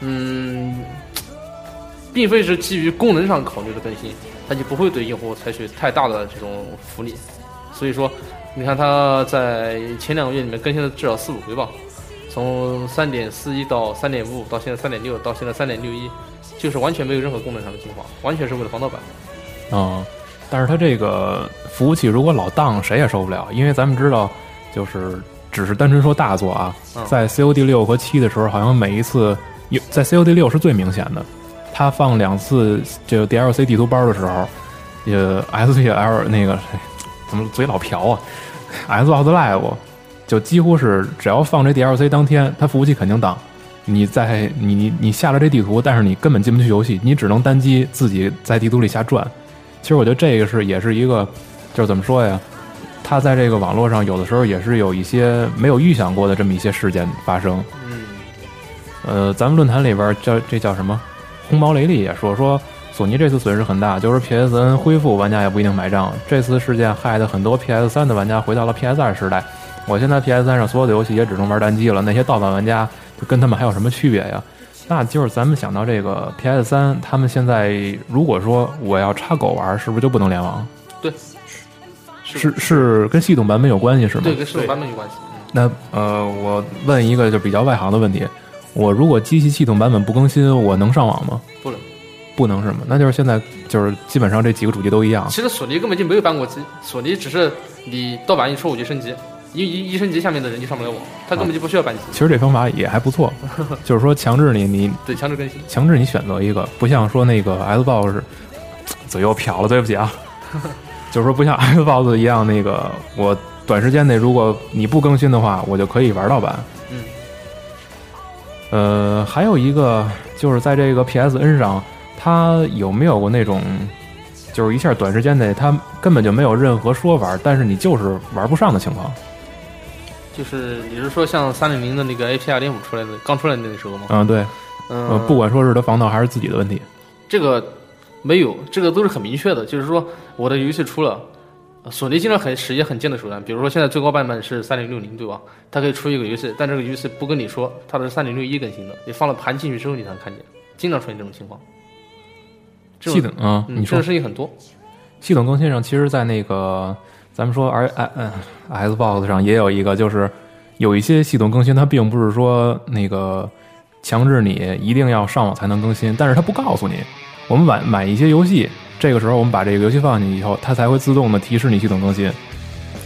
并非是基于功能上考虑的更新，它就不会对用户采取太大的这种福利。所以说，你看它在前2个月里面更新了至少4、5回吧。从 3.41 到 3.55 到现在 3.6 到现在 3.61， 就是完全没有任何功能上的进化，完全是为了防盗版。 但是它这个服务器如果老当，谁也受不了，因为咱们知道，就是只是单纯说大作啊，在 COD 6和7的时候，好像每一次在 COD 6是最明显的，它放2次这个 DLC 地图包的时候，SPL 那个怎么嘴老瓢啊 ，Xbox Live。就几乎是只要放这 DLC 当天，它服务器肯定当。你下了这地图，但是你根本进不去游戏，你只能单机自己在地图里瞎转。其实我觉得这个也是一个，就是怎么说呀？它在这个网络上有的时候也是有一些没有预想过的这么一些事件发生。咱们论坛里边叫什么？红毛雷利也说索尼这次损失很大，就是 PSN 恢复玩家也不一定买账。这次事件害得很多 PS3 的玩家回到了 PS2 时代。我现在 PS3 上所有的游戏也只能玩单机了，那些盗版玩家就跟他们还有什么区别呀？那就是咱们想到这个 PS3， 他们现在如果说我要插狗玩，是不是就不能联网？ 对， 是跟系统版本有关系是吗？ 对，跟系统版本有关系。 那我问一个就比较外行的问题，我如果机器系统版本不更新，我能上网吗？不能是吗？那就是现在就是基本上这几个主机都一样。 其实索尼根本就没有搬过机，索尼只是你盗版一出我就升级。一升级下面的人就上不了网，他根本就不需要搬机。 其实这方法也还不错，就是说强制你对强制更新， 强制你选择一个，不像说那个 Xbox 嘴又瞟了，对不起啊，就是说不像 Xbox 一样，那个我短时间内如果你不更新的话，我就可以玩盗版。还有一个就是在这个 PSN 上，它有没有过那种？就是一下短时间内，它根本就没有任何说法，但是你就是玩不上的情况。 就是你是说像360的那个 AP2.5 出来的刚出来的那个时候吗？ 对，不管说是它防盗还是自己的问题， 这个没有，这个都是很明确的。就是说我的游戏出了，索尼经常使也很贱的手段，比如说现在最高版本是3060，对吧？它可以出一个游戏，但这个游戏不跟你说，它是3061更新的，你放了盘进去之后你才能看见，经常出现这种情况。 系统你说这种事情很多。 系统更新上，其实，在那个咱们说Xbox 上也有一个，就是有一些系统更新，它并不是说那个强制你一定要上网才能更新，但是它不告诉你。我们买一些游戏，这个时候我们把这个游戏放进去以后，它才会自动的提示你系统更新。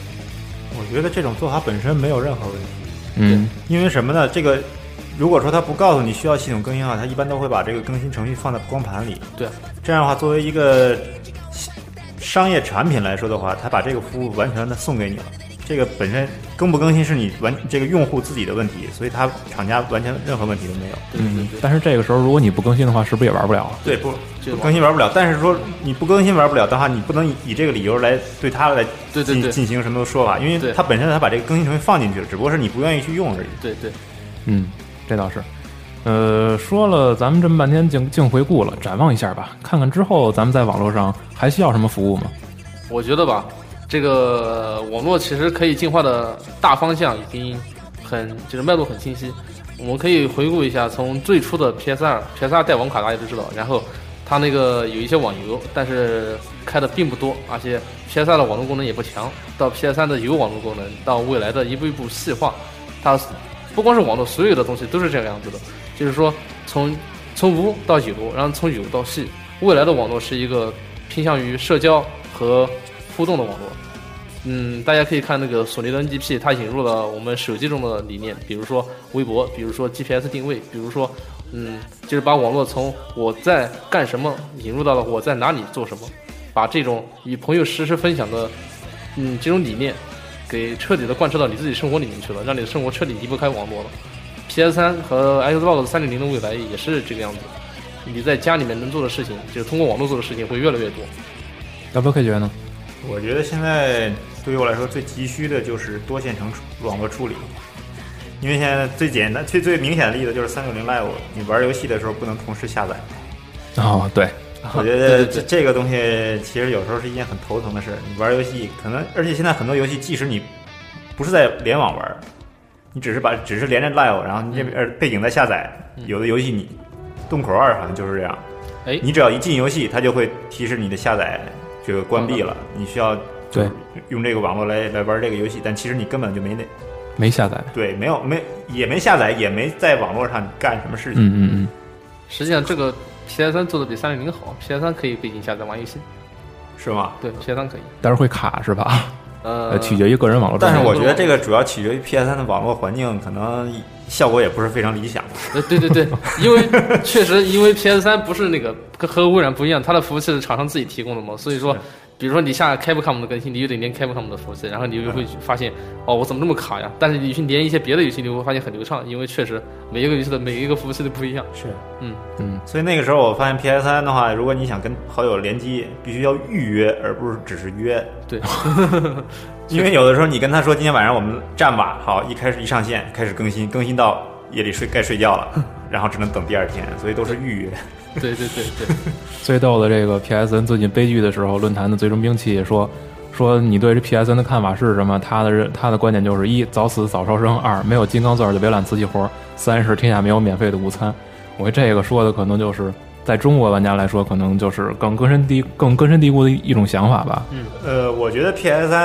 觉得这种做法本身没有任何问题。 嗯， 因为什么呢？这个如果说他不告诉你需要系统更新的话，他一般都会把这个更新程序放在光盘里。 对， 这样的话，作为一个商业产品来说的话，他把这个服务完全的送给你了。这个本身更不更新是你这个用户自己的问题，所以他厂家完全任何问题都没有。 嗯，但是这个时候如果你不更新的话，是不是也玩不了？ 对，不更新玩不了。但是说你不更新玩不了的话，你不能以这个理由来对他来进行什么说法，因为他本身他把这个更新程序放进去了，只不过是你不愿意去用而已。 对对， 这倒是。说了咱们这么半天净回顾了，展望一下吧，看看之后咱们在网络上还需要什么服务吗？ 我觉得吧，这个网络其实可以进化的大方向已经就是脉络很清晰。我们可以回顾一下，从最初的 PS2 带网卡大家都知道，然后它那个有一些网游，但是开的并不多，而且 PS2 的网络功能也不强，到 PS3 的有网络功能，到未来的一步一步细化，它不光是网络，所有的东西都是这个样子的，就是说从无到有，然后从有到细，未来的网络是一个偏向于社交和互动的网络。大家可以看那个索尼的 NGP， 它引入了我们手机中的理念，比如说微博，比如说 GPS 定位，比如说就是把网络从我在干什么引入到了我在哪里做什么，把这种与朋友实时分享的这种理念给彻底的贯彻到你自己生活里面去了，让你的生活彻底离不开网络了。PS3 和 Xbox 360的未来也是这个样子，你在家里面能做的事情，就是通过网络做的事情会越来越多。 WK 觉得呢？ 我觉得现在对于我来说最急需的就是多线程网络处理，因为现在最简单、最明显的例子就是360 Live， 你玩游戏的时候不能同时下载。 哦，对， 我觉得这个东西其实有时候是一件很头疼的事。你玩游戏可能，而且现在很多游戏，即使你不是在联网玩，你只是连着 Live， 然后你这边背景在下载，有的游戏你洞口2好像就是这样，你只要一进游戏，它就会提示你的下载这个关闭了，你需要对用这个网络来玩这个游戏，但其实你根本就没下载， 对，也没下载，也没在网络上干什么事情。 实际上这个 PS3 做的比360好 ，PS3 可以背景下载玩游戏， 是吗？ 对 ，PS3 可以， 但是会卡是吧？取决于个人网络状态。 但是我觉得这个主要取决于 PS3 的网络环境，可能效果也不是非常理想。 对，因为确实，因为 PS3 不是那个和微软不一样，它的服务器是厂商自己提供的嘛，所以说，比如说你下 Capcom 的更新，你就得连 Capcom 的服务器，然后你就会发现，我怎么这么卡呀？但是你去连一些别的游戏，你会发现很流畅，因为确实每一个游戏的每一个服务器都不一样。 是，所以那个时候我发现 PS3 的话，如果你想跟好友联机，必须要预约，而不是只是约。 对， 因为有的时候你跟他说今天晚上我们站吧，好，一上线开始更新到夜里该睡觉了，然后只能等第二天，所以都是预约。 对。 最逗的这个 PSN 最近悲剧的时候，论坛的最终兵器也说你对这 PSN 的看法是什么？他的观点就是1早死早超生，2没有金刚钻就别揽瓷器活，3是天下没有免费的午餐。我觉得这个说的可能就是在中国玩家来说，可能就是更根深蒂固的一种想法吧。 我觉得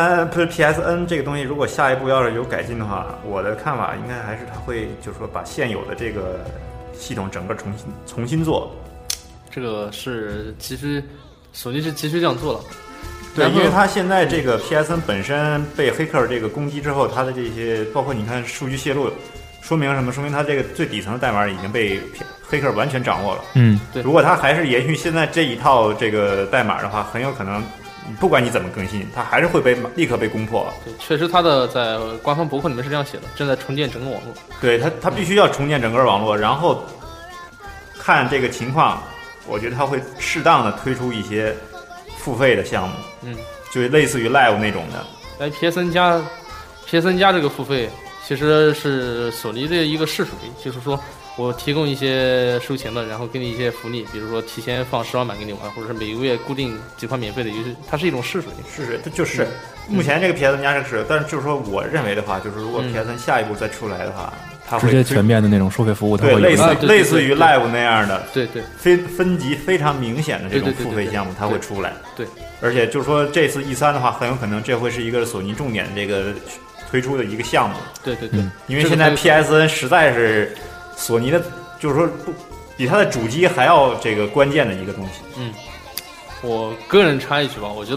PSN 这个东西，如果下一步要是有改进的话，我的看法应该还是它会就是说把现有的这个系统整个重新做。 这个是其实索尼是急需这样做了。 对，因为它现在这个 PSN 本身被黑客这个攻击之后，它的这些包括你看数据泄露，说明什么？说明它这个最底层的代码已经被黑客完全掌握了。 对。 如果它还是延续现在这一套这个代码的话，很有可能不管你怎么更新，它还是会立刻被攻破。 对，确实它的在官方博客里面是这样写的，正在重建整个网络。 对，它必须要重建整个网络，然后看这个情况，我觉得它会适当的推出一些付费的项目，就类似于 Live 那种的。 PSN 加这个付费其实是索尼的一个试水，就是说我提供一些收钱的，然后给你一些福利，比如说提前放10万版给你玩，或者是每个月固定几款免费的游戏，它是一种试水。 这就是目前这个 PSN 加是，但是就是说我认为的话，就是如果 PSN 下一步再出来的话，它会直接全面的那种收费服务，它会类似于 Live 那样的， 对， 分级非常明显的这种付费项目，它会出来。 对， 而且就是说这次 E3 的话，很有可能这会是一个索尼重点这个推出的一个项目。 对， 因为现在 PSN 实在是索尼的，就是说比它的主机还要这个关键的一个东西。 我个人插一句吧，我觉得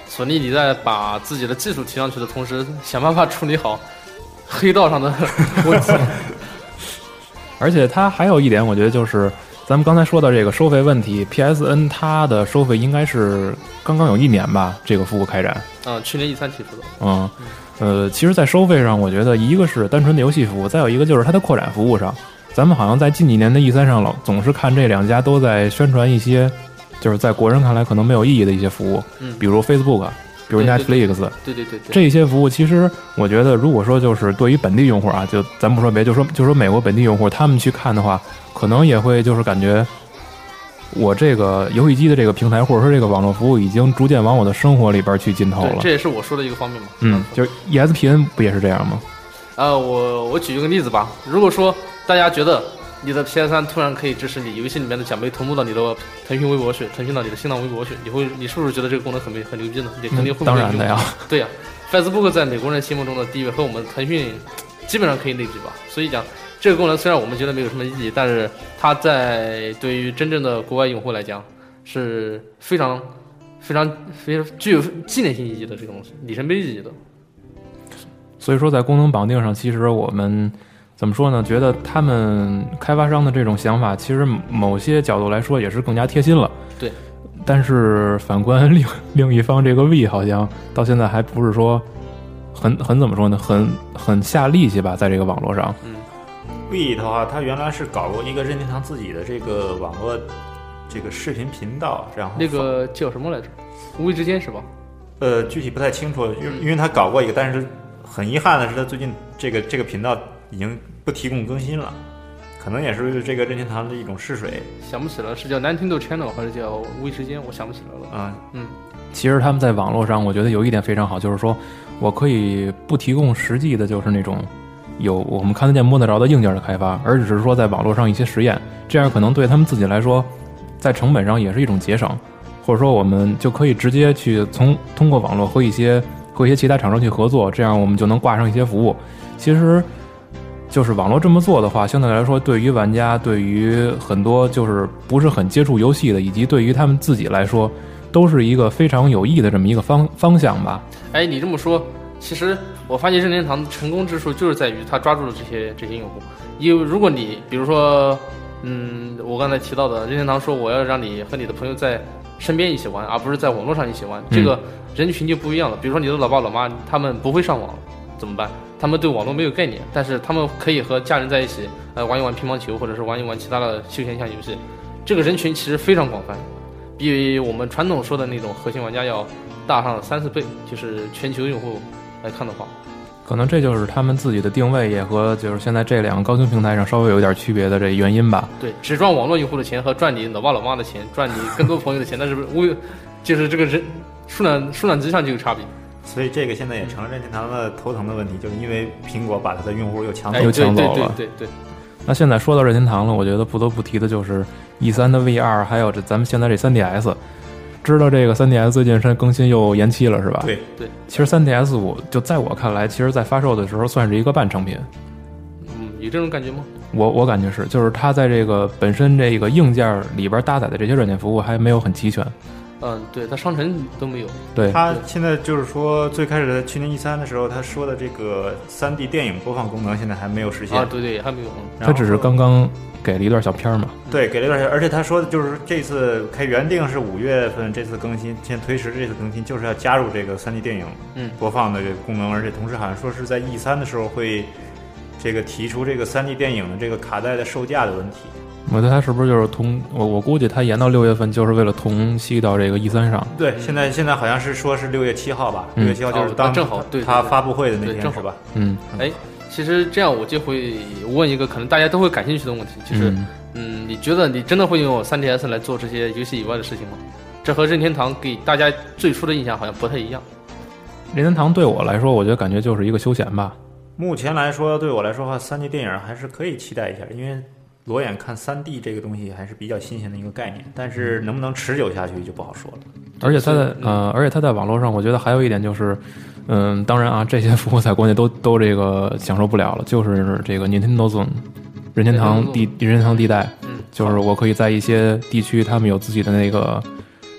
索尼你在把自己的技术提上去的同时，想办法处理好黑道上的问题。 而且它还有一点，我觉得就是咱们刚才说到这个收费问题 ，PSN 它的收费应该是刚刚有1年吧，这个服务开展。 去年E3提出的。 其实，在收费上，我觉得一个是单纯的游戏服务，再有一个就是它的扩展服务上。咱们好像在近几年的 E3上总是看这2家都在宣传一些，就是在国人看来可能没有意义的一些服务，比如 Facebook， 比如 Netflix， 对， 这些服务其实我觉得，如果说就是对于本地用户啊，就咱不说别，就说美国本地用户，他们去看的话，可能也会就是感觉，我这个游戏机的这个平台或者说这个网络服务已经逐渐往我的生活里边去浸透了。 这也是我说的一个方面嘛。 就是 ESPN 不也是这样吗？ 我举一个例子吧，如果说大家觉得你的 PS3 突然可以支持你游戏里面的奖杯同步到你的腾讯微博去，腾讯到你的新浪微博去，你是不是觉得这个功能很牛逼呢？你肯定会。 当然的呀。 对呀，Facebook 在美国人心目中的地位和我们腾讯基本上可以类比吧。所以讲这个功能虽然我们觉得没有什么意义，但是它在对于真正的国外用户来讲是非常具有纪念性意义的这个东西，里程碑意义的。 所以说，在功能绑定上，其实我们怎么说呢？觉得他们开发商的这种想法，其实某些角度来说也是更加贴心了。 对。 但是反观另一方，这个 V 好像到现在还不是说很怎么说呢？很下力气吧，在这个网络上。 V 的话，它原来是搞过一个任天堂自己的这个网络这个视频频道，然后那个叫什么来着？无意之间是吧？ 具体不太清楚，因为他搞过一个，但是很遗憾的是，他最近这个频道已经不提供更新了，可能也是这个任天堂的一种试水。 想不起来是叫 Nintendo Channel 还是叫无意之间，我想不起来了。 其实他们在网络上，我觉得有一点非常好，就是说我可以不提供实际的，就是那种有我们看得见摸得着的硬件的开发，而只是说在网络上一些实验，这样可能对他们自己来说，在成本上也是一种节省，或者说我们就可以直接去通过网络和一些其他厂商去合作，这样我们就能挂上一些服务。其实就是网络这么做的话，相对来说对于玩家，对于很多就是不是很接触游戏的，以及对于他们自己来说，都是一个非常有益的这么一个方向吧。 你这么说，其实我发现任天堂成功之处就是在于他抓住了这些用户。因为如果你比如说我刚才提到的任天堂说我要让你和你的朋友在身边一起玩，而不是在网络上一起玩，这个人群就不一样了。比如说你的老爸老妈他们不会上网怎么办？他们对网络没有概念，但是他们可以和家人在一起玩一玩乒乓球，或者是玩一玩其他的休闲项游戏。这个人群其实非常广泛，比我们传统说的那种核心玩家要大上3-4倍，就是全球用户来看的话， 可能这就是他们自己的定位也和就是现在这2个高清平台上稍微有点区别的这原因吧。 对，只赚网络用户的钱和赚你老爸老妈的钱，赚你更多朋友的钱，但是就是这个人数量级上就有差别。 所以这个现在也成了任天堂的头疼的问题，就是因为苹果把它的用户又抢走了。 对。 那现在说到任天堂了，我觉得不得不提的就是 E3 的 VR， 还有咱们现在这 3DS。知道这个 3DS 最近更新又延期了是吧？ 对。 其实 3DS 就在我看来，其实在发售的时候算是一个半成品。 有这种感觉吗？ 我感觉是，就是它在这个本身这个硬件里边搭载的这些软件服务还没有很齐全。 对，它商城都没有。 对， 它现在就是说，最开始的去年E3的时候，他说的这个3D 电影播放功能现在还没有实现。 对，还没有。 它只是刚刚给了一段小片嘛。 对，给了一段小片，而且他说的就是这次原定是5月份这次更新，现在推迟这次更新就是要加入这个3D 电影播放的这个功能，而且同时好像说是在E3的时候会这个提出这个3D 电影的这个卡带的售价的问题。 我觉得他是不是就是我估计他延到6月份就是为了同期到这个E3上。 对，现在好像是说是6月7号吧，6月7号就是当正好对他发布会的那天是吧？ 其实这样我就会问一个可能大家都会感兴趣的问题，就是你觉得你真的会用 3DS 来做这些游戏以外的事情吗？这和任天堂给大家最初的印象好像不太一样。 任天堂对我来说，我觉得感觉就是一个休闲吧。 目前来说，对我来说的话，3D 电影还是可以期待一下，因为裸眼看 3D 这个东西还是比较新鲜的一个概念，但是能不能持久下去就不好说了。 而且它在网络上，我觉得还有一点就是，当然啊，这些服务在国内都这个享受不了了，就是这个 Nintendo Zone 任天堂地带，就是我可以在一些地区他们有自己的那个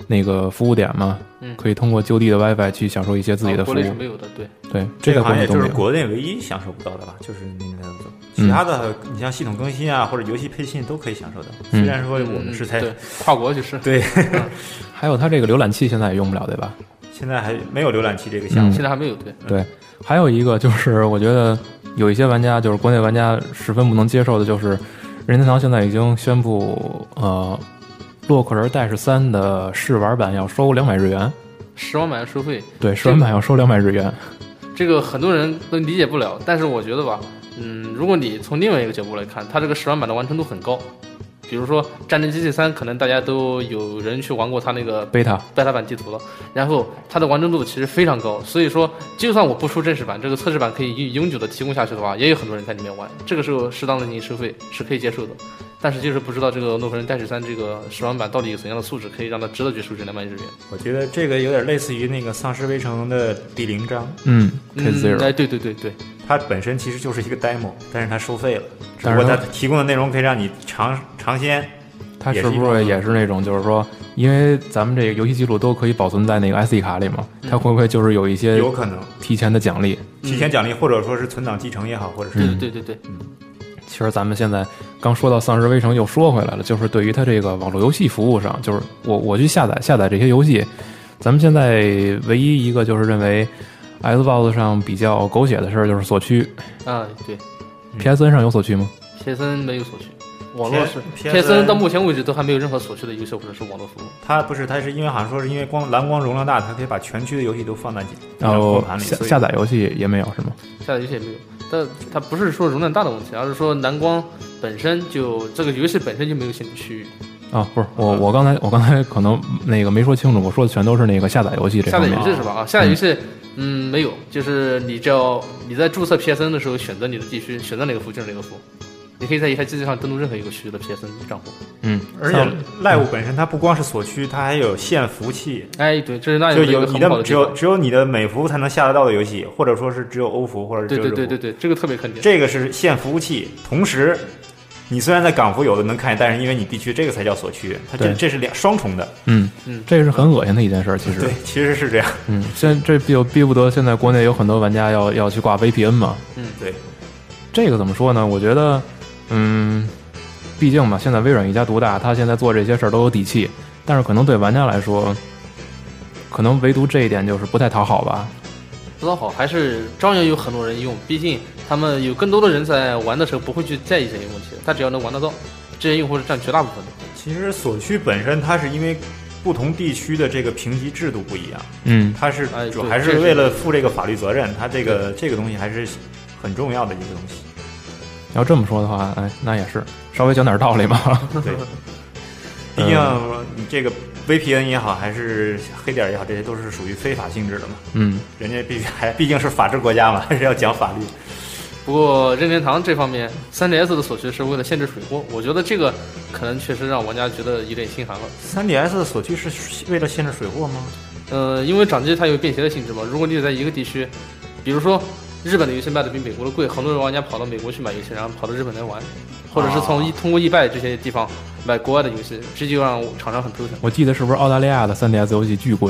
那个服务点嘛，可以通过就地的 WiFi 去享受一些自己的服务。 国内是没有的，对对， 这个行业就是国内都没有国内唯一享受不到的吧，就是那个其他的，你像系统更新啊或者游戏配信都可以享受到。虽然说我们是在对跨国就是对， 还有它这个浏览器现在也用不了，对吧？ 现在还没有浏览器这个项目， 现在还没有对。还有一个就是我觉得有一些玩家，就是国内玩家十分不能接受的，就是任天堂现在已经宣布洛克人 Dash3 的试玩版要收200日元 ，10万版收费。 对，试玩版要收200日元。 这个很多人都理解不了，但是我觉得吧，如果你从另外一个角度来看，它这个10万版的完成度很高。比如说《战争机器3》，可能大家都有人去玩过它那个贝塔版地图了，然后它的完成度其实非常高，所以说就算我不出正式版，这个测试版可以永久的提供下去的话，也有很多人在里面玩。这个时候适当的进行收费是可以接受的，但是就是不知道这个洛克人 Dash3 这个10万版到底有怎样的素质，可以让它值得去收这200日元。 我觉得这个有点类似于那个《丧尸围城》的第0章 ，K0， 哎，对， 它本身其实就是一个 demo， 但是它收费了，只不过它提供的内容可以让你尝鲜。 它是不是也是那种，就是说，因为咱们这个游戏记录都可以保存在那个 SD 卡里嘛，它会不会就是有一些有可能提前的奖励， 或者说是存档继承也好，或者是对， 其实咱们现在刚说到丧尸围城，又说回来了，就是对于它这个网络游戏服务上，就是我去下载这些游戏，咱们现在唯一一个就是认为 Xbox 上比较狗血的事儿就是锁区啊，对 ，PSN 上有锁区吗 ？PSN 没有锁区。网络是 PSN 到目前为止都还没有任何锁区的优秀或者是网络服务。 它不是，它是因为好像说是因为蓝光容量大，它可以把全区的游戏都放在然后盘里。 下载游戏也没有是吗？ 下载游戏也没有，但它不是说容量大的问题，而是说蓝光本身就这个游戏本身就没有限制区域。 啊，不是我刚才可能那个没说清楚，我说的全都是那个下载游戏这方面。 下载游戏是吧？啊，下载游戏没有，就是你只要你在注册 PSN 的时候选择你的地区，选择哪个服就是哪个服。你可以在一台机子上登录任何一个区域的 PSN 账户。 而且 Live 本身它不光是锁区，它还有限服务器。 哎，对，这是那就有你的只有你的美服才能下得到的游戏，或者说是只有欧服或者只有日服。 对，这个特别坑爹。 这个是限服务器，同时你虽然在港服有的能看见，但是因为你地区这个才叫锁区，它这是双重的。 这是很恶心的一件事，其实。 对，其实是这样。 现在这逼不得，现在国内有很多玩家要去挂 VPN 嘛。 对。 这个怎么说呢？我觉得。毕竟嘛，现在微软一家独大，他现在做这些事儿都有底气，但是可能对玩家来说，可能唯独这一点就是不太讨好吧。 不讨好，还是照样有很多人用，毕竟他们有更多的人在玩的时候不会去在意这些问题，他只要能玩得到，这些用户是占绝大部分的。 其实锁区本身它是因为不同地区的这个评级制度不一样，它是主还是为了负这个法律责任，它这个东西还是很重要的一个东西。 要这么说的话，那也是稍微讲点道理吧。 对，毕竟你这个 VPN 也好，还是黑点也好，这些都是属于非法性质的嘛。人家毕竟是法治国家嘛，还是要讲法律。 不过任天堂这方面 3DS 的锁区是为了限制水货，我觉得这个可能确实让玩家觉得有点心寒了。 3DS 的锁区是为了限制水货吗？ 因为掌机它有便携的性质嘛，如果你在一个地区，比如说日本的游戏卖的比美国的贵，很多人玩家跑到美国去买游戏，然后跑到日本来玩，或者是通过eBay这些地方买国外的游戏，这就让厂商很头疼。 我记得是不是澳大利亚的 3DS 游戏巨贵？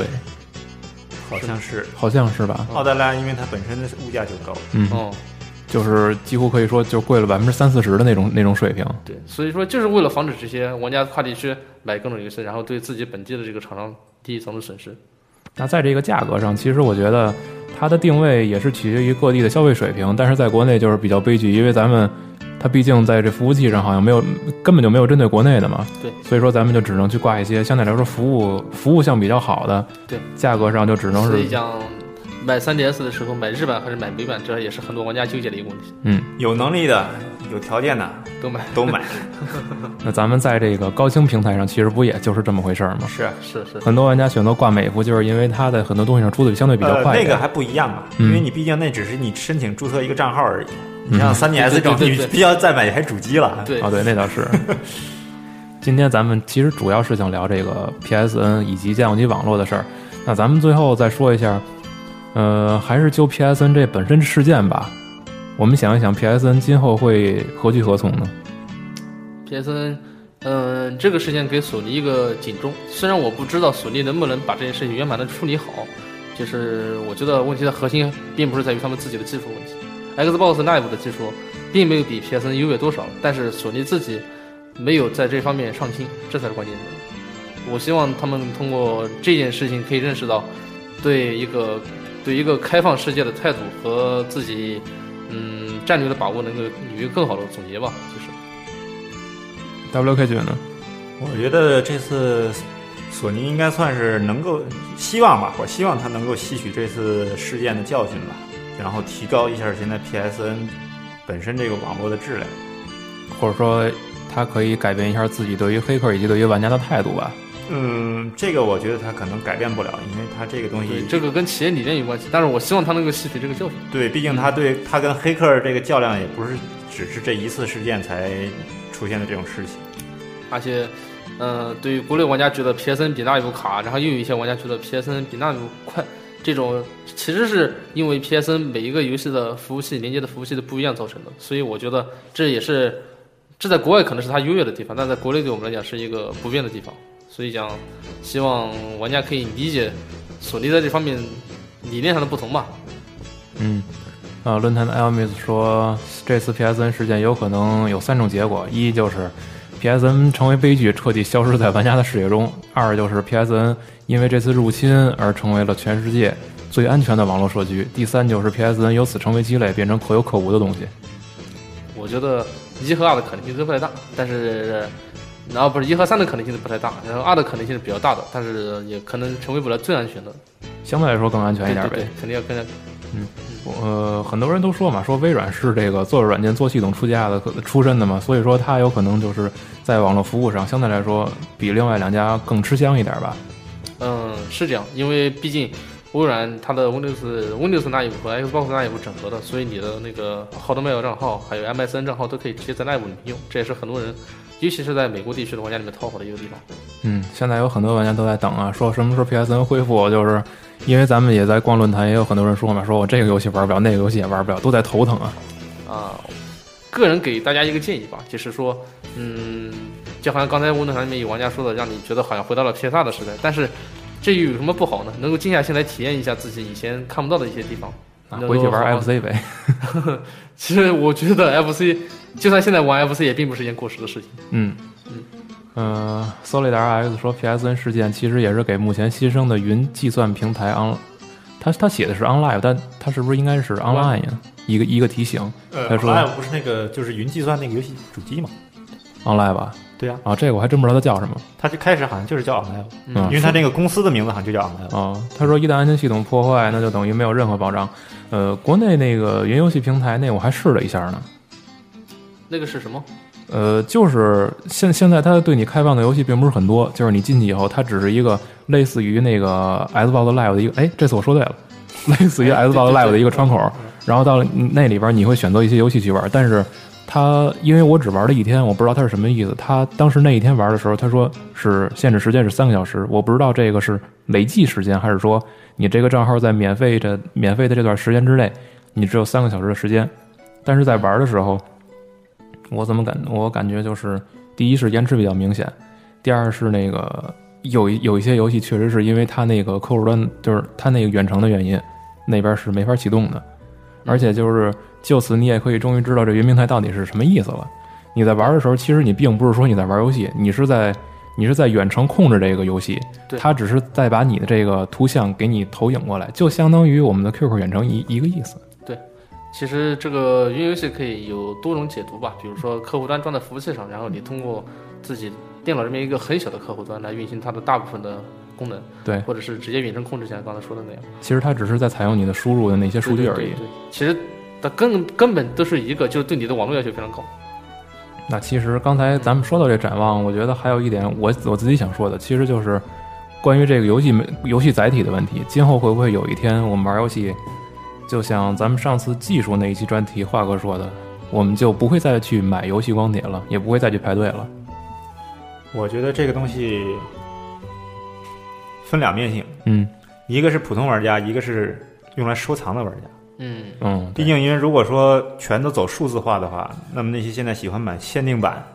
好像是吧。 澳大利亚因为它本身的物价就高， 就是几乎可以说就贵了30-40%的那种水平。 对，所以说就是为了防止这些玩家跨地区买各种游戏，然后对自己本地的这个厂商第一层的损失。 那在这个价格上，其实我觉得它的定位也是取决于各地的消费水平，但是在国内就是比较悲剧，因为它毕竟在这服务器上好像根本就没有针对国内的嘛。 对， 所以说咱们就只能去挂一些相对来说服务项比较好的。 对， 价格上就只能是。 所以讲买 3DS 的时候买日版还是买美版，这也是很多玩家纠结的一个问题。 有能力的、有条件的都买。 那咱们在这个高清平台上，其实不也就是这么回事吗？ 是。 很多玩家选择挂美服，就是因为它在很多东西上出的相对比较快。 那个还不一样嘛，因为你毕竟那只是你申请注册一个账号而已。你像 3DS 这种，你必须要再买一台主机了。 对， 对，那倒是。今天咱们其实主要是想聊这个 PSN 以及家用机网络的事儿。那咱们最后再说一下。还是就 PSN 这本身事件吧，我们想一想 PSN 今后会何去何从呢？ PSN 这个事件给索尼一个警钟。虽然我不知道索尼能不能把这件事情圆满的处理好，就是我觉得问题的核心并不是在于他们自己的技术问题。Xbox 内部的技术并没有比 PSN 优越多少，但是索尼自己没有在这方面上心，这才是关键的。我希望他们通过这件事情可以认识到，对一个开放世界的态度和自己战略的把握，能够有一个更好的总结吧。就是 WK 觉得呢？ 我觉得这次索尼应该算是能够希望吧，我希望他能够吸取这次事件的教训吧，然后提高一下现在 PSN 本身这个网络的质量， 或者说他可以改变一下自己对于黑客以及对于玩家的态度吧。 这个我觉得他可能改变不了，因为他这个东西这个跟企业理念有关系，但是我希望他能够吸取这个教训。 对，毕竟他跟黑客这个较量也不是只是这一次事件才出现的这种事情。 而且对于国内玩家觉得 PSN 比那一部卡，然后又有一些玩家觉得 PSN 比那一部快，这种其实是因为 PSN 每一个游戏的服务器连接的服务器都不一样造成的，所以我觉得这在国外可能是它优越的地方，但在国内对我们来讲是一个不变的地方。所以讲，希望玩家可以理解索尼在这方面理念上的不同吧。 论坛的 Elmis 说，这次 PSN 事件有可能有3种结果：一就是 PSN 成为悲剧，彻底消失在玩家的视野中；二就是 PSN 因为这次入侵而成为了全世界最安全的网络社区；第三就是 PSN 由此成为鸡肋，变成可有可无的东西。 我觉得1和2的可能性都不太大，但是然后不是1和3的可能性是不太大，然后2的可能性是比较大的，但是也可能成为不了最安全的， 相对来说更安全一点呗。 对，肯定要更。 很多人都说嘛，说微软是这个做软件做系统出身的嘛，所以说它有可能就是在网络服务上相对来说比另外2家更吃香一点吧。 是这样，因为毕竟微软它的 Windows 那一部和 Xbox 那一部整合的，所以你的那个 Hotmail 账号还有 MSN 账号都可以直接在那一部里面用，这也是很多人尤其是在美国地区的玩家里面讨好的一个地方。 现在有很多玩家都在等啊，说什么时候 PSN 恢复，就是因为咱们也在逛论坛，也有很多人说嘛，说我这个游戏玩不了，那个游戏也玩不了，都在头疼啊。 个人给大家一个建议吧，就是说，就好像刚才论坛里面有玩家说的，让你觉得好像回到了 PS2 的时代，但是这又有什么不好呢？能够静下心来体验一下自己以前看不到的一些地方。 回去玩 FC 呗。 其实我觉得 FC 就算现在玩 FC 也并不是一件过时的事情。 Solid RX 说 PSN 事件其实也是给目前新生的云计算平台他写的是 online， 但他是不是应该是 online 呀？一个提醒。他说 online 不是那个就是云计算那个游戏主机吗 ？online 吧。 对啊， 这个我还真不知道它叫什么。 它这开始好像就是叫 online，因为它那个公司的名字好像就叫 online。 他说一旦安全系统破坏，那就等于没有任何保障。国内那个云游戏平台那我还试了一下呢。 那个是什么？ 就是现在它对你开放的游戏并不是很多，就是你进去以后，它只是一个类似于那个 Xbox Live 的一个，这次我说对了，类似于 Xbox Live 的一个窗口，然后到那里边你会选择一些游戏去玩，但是他因为我只玩了1天，我不知道他是什么意思。他当时那1天玩的时候，他说是限制时间是3个小时，我不知道这个是累计时间，还是说你这个账号在免费的这段时间之内，你只有3个小时的时间。但是在玩的时候，我感觉就是第一是延迟比较明显，第二是那个有一些游戏确实是因为它那个客户端就是它那个远程的原因，那边是没法启动的，而且就此你也可以终于知道这云平台到底是什么意思了。你在玩的时候，其实你并不是说你在玩游戏，你是在远程控制这个游戏，它只是在把你的这个图像给你投影过来，就相当于我们的 QQ 远程一个意思。 对，其实这个云游戏可以有多种解读吧，比如说客户端装在服务器上，然后你通过自己电脑这边一个很小的客户端来运行它的大部分的功能， 对， 或者是直接远程控制，像刚才说的那样。 其实它只是在采用你的输入的那些数据而已。 对，其实它根本都是一个，就是对你的网络要求非常高。 那其实刚才咱们说到这展望，我觉得还有一点我自己想说的，其实就是关于这个游戏载体的问题。今后会不会有一天我们玩游戏，就像咱们上次技术那一期专题华哥说的，我们就不会再去买游戏光碟了，也不会再去排队了。 我觉得这个东西分两面性，一个是普通玩家，一个是用来收藏的玩家。毕竟因为如果说全都走数字化的话，那么那些现在喜欢买限定版，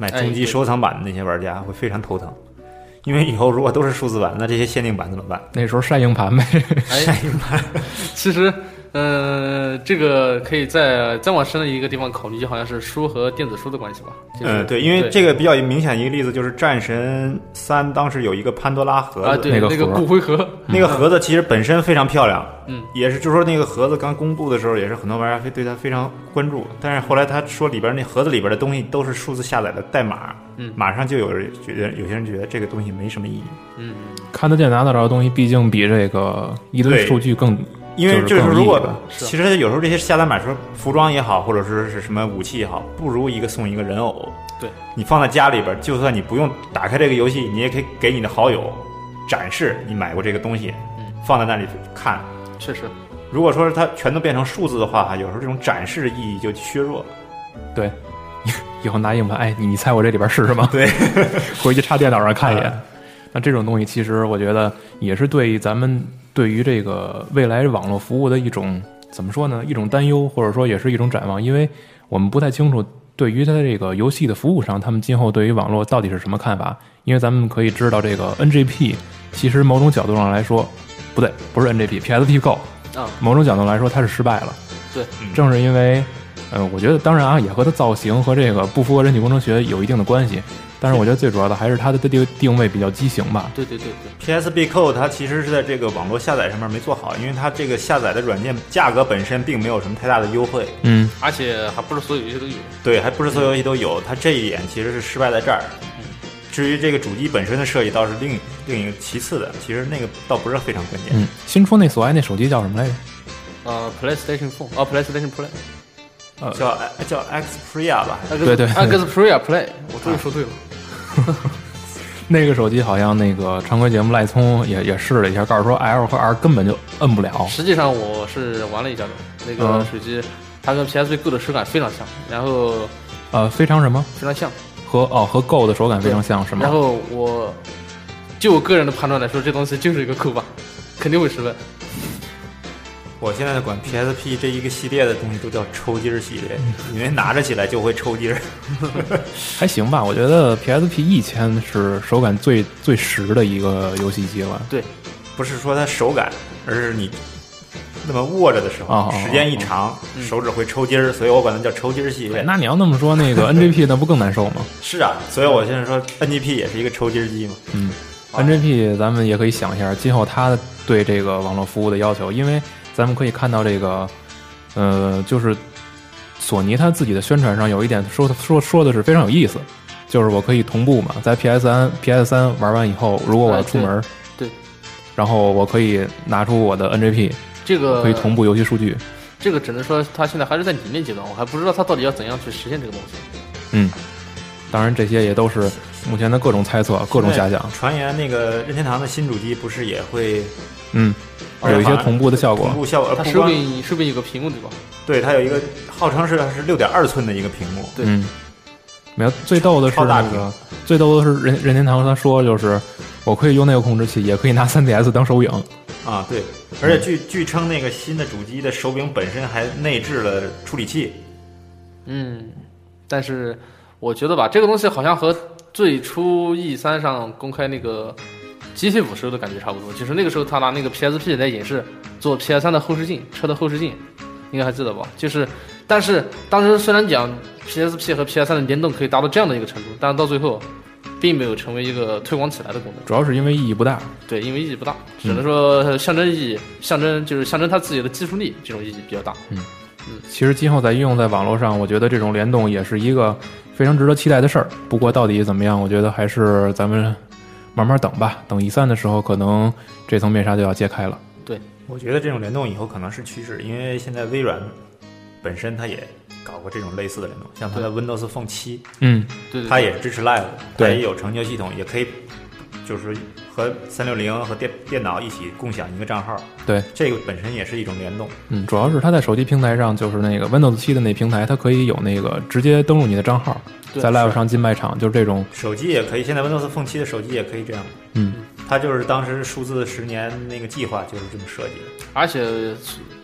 买终极收藏版的那些玩家会非常头疼，因为以后如果都是数字版，那这些限定版怎么办？ 那时候晒硬盘呗。 晒硬盘。 其实，这个可以再往深的一个地方考虑，就好像是书和电子书的关系吧。 对，因为这个比较明显一个例子就是《战神3》当时有一个潘多拉盒子， 啊，对，那个骨灰盒， 那个盒子其实本身非常漂亮，也是就是说那个盒子刚公布的时候，也是很多玩家对它非常关注，但是后来他说里边那盒子里边的东西都是数字下载的代码，马上就有人觉得有些人觉得这个东西没什么意义， 看得见拿得着的东西，毕竟比这个一堆数据更。 因为就是如果其实有时候这些下载码说服装也好，或者是什么武器也好，不如一个送一个人偶。 对， 你放在家里边，就算你不用打开这个游戏，你也可以给你的好友展示你买过这个东西，放在那里看。 确实， 如果说是它全都变成数字的话，有时候这种展示的意义就削弱了。 对，以后拿硬盘，哎，你猜我这里边是什么？ 对， 回去插电脑上看一眼。那这种东西其实我觉得也是对咱们对于这个未来网络服务的一种怎么说呢？一种担忧，或者说也是一种展望，因为我们不太清楚对于它这个游戏的服务上，他们今后对于网络到底是什么看法。因为咱们可以知道，这个 NGP 其实某种角度上来说，不对，不是 NGP，PSP Go 啊，某种角度来说它是失败了。 对， 正是因为我觉得当然啊，也和它造型和这个不符合人体工程学有一定的关系。但是我觉得最主要的还是它的定位比较畸形吧。 对。 PSP Code 它其实是在这个网络下载上面没做好，因为它这个下载的软件价格本身并没有什么太大的优惠。 而且还不是所有游戏都有。 对，还不是所有游戏都有，它这一点其实是失败在这儿。至于这个主机本身的设计倒是另一个其次的，其实那个倒不是非常关键。 新出那索爱那手机叫什么来着 ？PlayStation Phone，PlayStation Play。 叫 Xperia 吧？ 对 ，Xperia Play， 我终于说对了。 那个手机好像那个常规节目赖聪也试了一下，告诉说 L 和 R 根本就摁不了。 实际上我是玩了一下的，那个手机它跟 PSP Go 的手感非常像，然后非常什么？ 非常像。 和 Go 的手感非常像，是吗？ 然后就我个人的判断来说，这东西就是一个酷吧，肯定会失败。 我现在管 PSP 这一个系列的东西都叫抽筋系列，因为拿着起来就会抽筋。 还行吧，我觉得 PSP 1000是手感最实的一个游戏机了。 对， 不是说它手感，而是你那么握着的时候，时间一长，手指会抽筋，所以我管它叫抽筋系列。 那你要那么说，那个 NGP 那不更难受吗？ 是啊，所以我现在说 NGP 也是一个抽筋机嘛。 NGP 咱们也可以想一下，今后它对这个网络服务的要求，因为咱们可以看到这个，就是索尼它自己的宣传上有一点说的是非常有意思，就是我可以同步嘛，在 PS3 玩完以后，如果我要出门， 对， 然后我可以拿出我的 NGP， 这个可以同步游戏数据。 这个只能说它现在还是在理念阶段，我还不知道它到底要怎样去实现这个东西。 当然这些也都是目前的各种猜测，各种遐想。 传言那个任天堂的新主机不是也会有一些同步的效果， 它手柄有个屏幕对吧？ 对，它有一个号称是6.2寸的一个屏幕。 对， 没有最逗的是那个，最逗的是任天堂他说就是我可以用那个控制器，也可以拿 3DS 当手柄啊。对，而且据称那个新的主机的手柄本身还内置了处理器。 但是我觉得吧，这个东西好像和最初 E3 上公开那个机器捕时候的感觉差不多，就是那个时候他拿那个 PSP 来演示做 PS3 的后视镜，车的后视镜，应该还记得吧？但是当时虽然讲 PSP 和 PS3 的联动可以达到这样的一个程度，但是到最后并没有成为一个推广起来的功能， 主要是因为意义不大。 对，因为意义不大，只能说象征意义，象征它自己的技术力，这种意义比较大。 其实今后在应用在网络上，我觉得这种联动也是一个非常值得期待的事儿。不过到底怎么样，我觉得还是咱们慢慢等吧。等E3的时候，可能这层面纱就要揭开了。 对， 我觉得这种联动以后可能是趋势，因为现在微软本身它也搞过这种类似的联动，像它的 Windows Phone 7， 对， 它也支持 Live， 它对， 也有成就系统，也可以就是和360和电脑一起共享一个账号。 对， 这个本身也是一种联动。 主要是它在手机平台上，就是那个 Windows 7的那平台，它可以有那个直接登录你的账号，在 Live 上进卖场，就是这种。 手机也可以，现在 Windows Phone 7的手机也可以这样。它就是当时数字10年那个计划就是这么设计的。 而且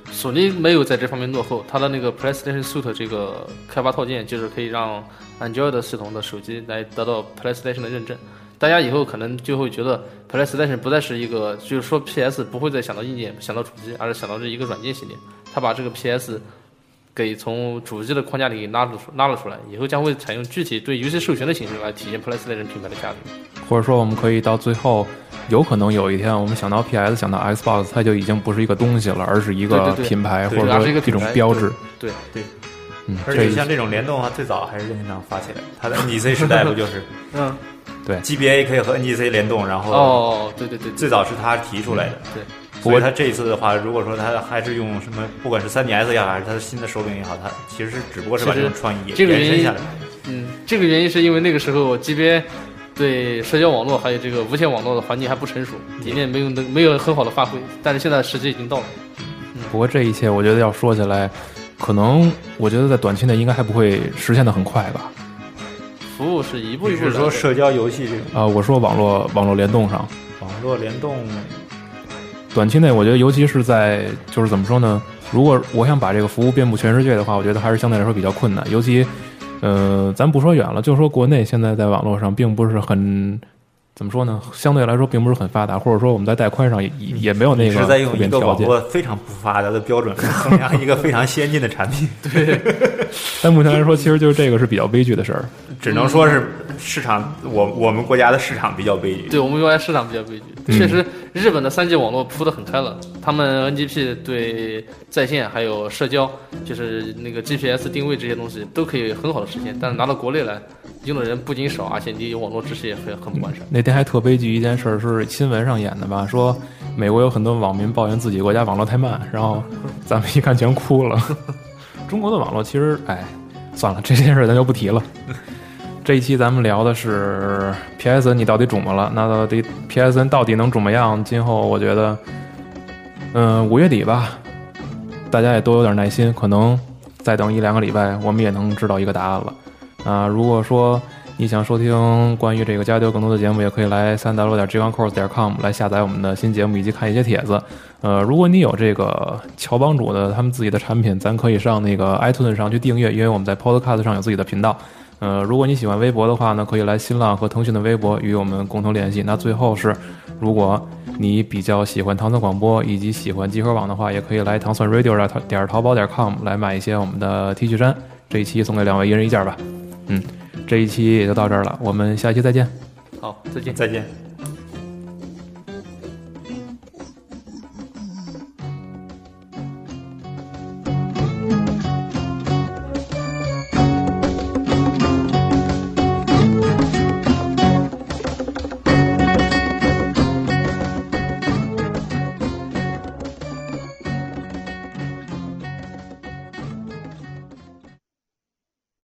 索尼没有在这方面落后，它的那个 PlayStation Suite 这个开发套件就是可以让 Android 系统的手机来得到 PlayStation 的认证。大家以后可能就会觉得 PlayStation 不再是一个，就是说 PS 不会再想到硬件、想到主机，而是想到这一个软件系列。它把这个 PS 给从主机的框架里拉了出来，以后将会采用具体对游戏授权的形式来体现 PlayStation 品牌的价值。 或者说我们可以到最后，有可能有一天我们想到 PS 想到 Xbox， 它就已经不是一个东西了，而是一个品牌， 对或者说一种标志。 对。 而且像这种联动，它最早还是任天堂发起来的，它的 NGC 时代不就是对 GBA 可以和 NGC 联动，然后对， 最早是他提出来的。 对。 不过他这一次的话，如果说他还是用什么，不管是 3DS 也好，还是他的新的手柄也好，他其实只不过是把这种创意延伸下来。 这个原因是因为那个时候 GBA 对社交网络还有这个无线网络的环境还不成熟，里面没有很好的发挥，但是现在时机已经到了。 不过这一切我觉得要说起来，可能我觉得在短期内应该还不会实现的很快吧。 服务是一步一步的。 是说社交游戏这种我说网络联动上， 网络联动。 短期内，我觉得尤其是在就是怎么说呢？如果我想把这个服务遍布全世界的话，我觉得还是相对来说比较困难。尤其，咱不说远了，就说国内现在在网络上并不是很怎么说呢？相对来说并不是很发达，或者说我们在带宽上也没有那个是在用普遍条件。 一个网络非常不发达的标准衡量一个非常先进的产品。 对， 但目前来说，其实就是这个是比较悲剧的事儿。 只能说是市场，我们国家的市场比较悲剧。 对，我们国家市场比较悲剧。确实，日本的3G 网络铺得很开了，他们 NGP 对在线还有社交，就是那个 GPS 定位这些东西都可以很好的实现。但是拿到国内来，用的人不仅少，而且你网络支持也很不完善。 那天还特悲剧一件事是新闻上演的吧？说美国有很多网民抱怨自己国家网络太慢，然后咱们一看全哭了。中国的网络其实，算了，这件事咱就不提了。这一期咱们聊的是 PSN 你到底肿么了？那到底 PSN 到底能肿么样？今后我觉得，5月底吧，大家也都有点耐心，可能再等1-2个礼拜，我们也能知道一个答案了。如果说你想收听关于这个加丢更多的节目，也可以来3w.gcons.com 来下载我们的新节目以及看一些帖子。如果你有这个乔帮主的他们自己的产品，咱可以上那个 iTunes 上去订阅，因为我们在 Podcast 上有自己的频道。如果你喜欢微博的话呢，可以来新浪和腾讯的微博与我们共同联系。那最后是，如果你比较喜欢糖蒜广播以及喜欢集合网的话，也可以来糖蒜 radio.淘宝.com 来买一些我们的 T 恤衫。这一期送给2位一人一件吧。这一期也就到这儿了，我们下期再见。 好，再见。 再见。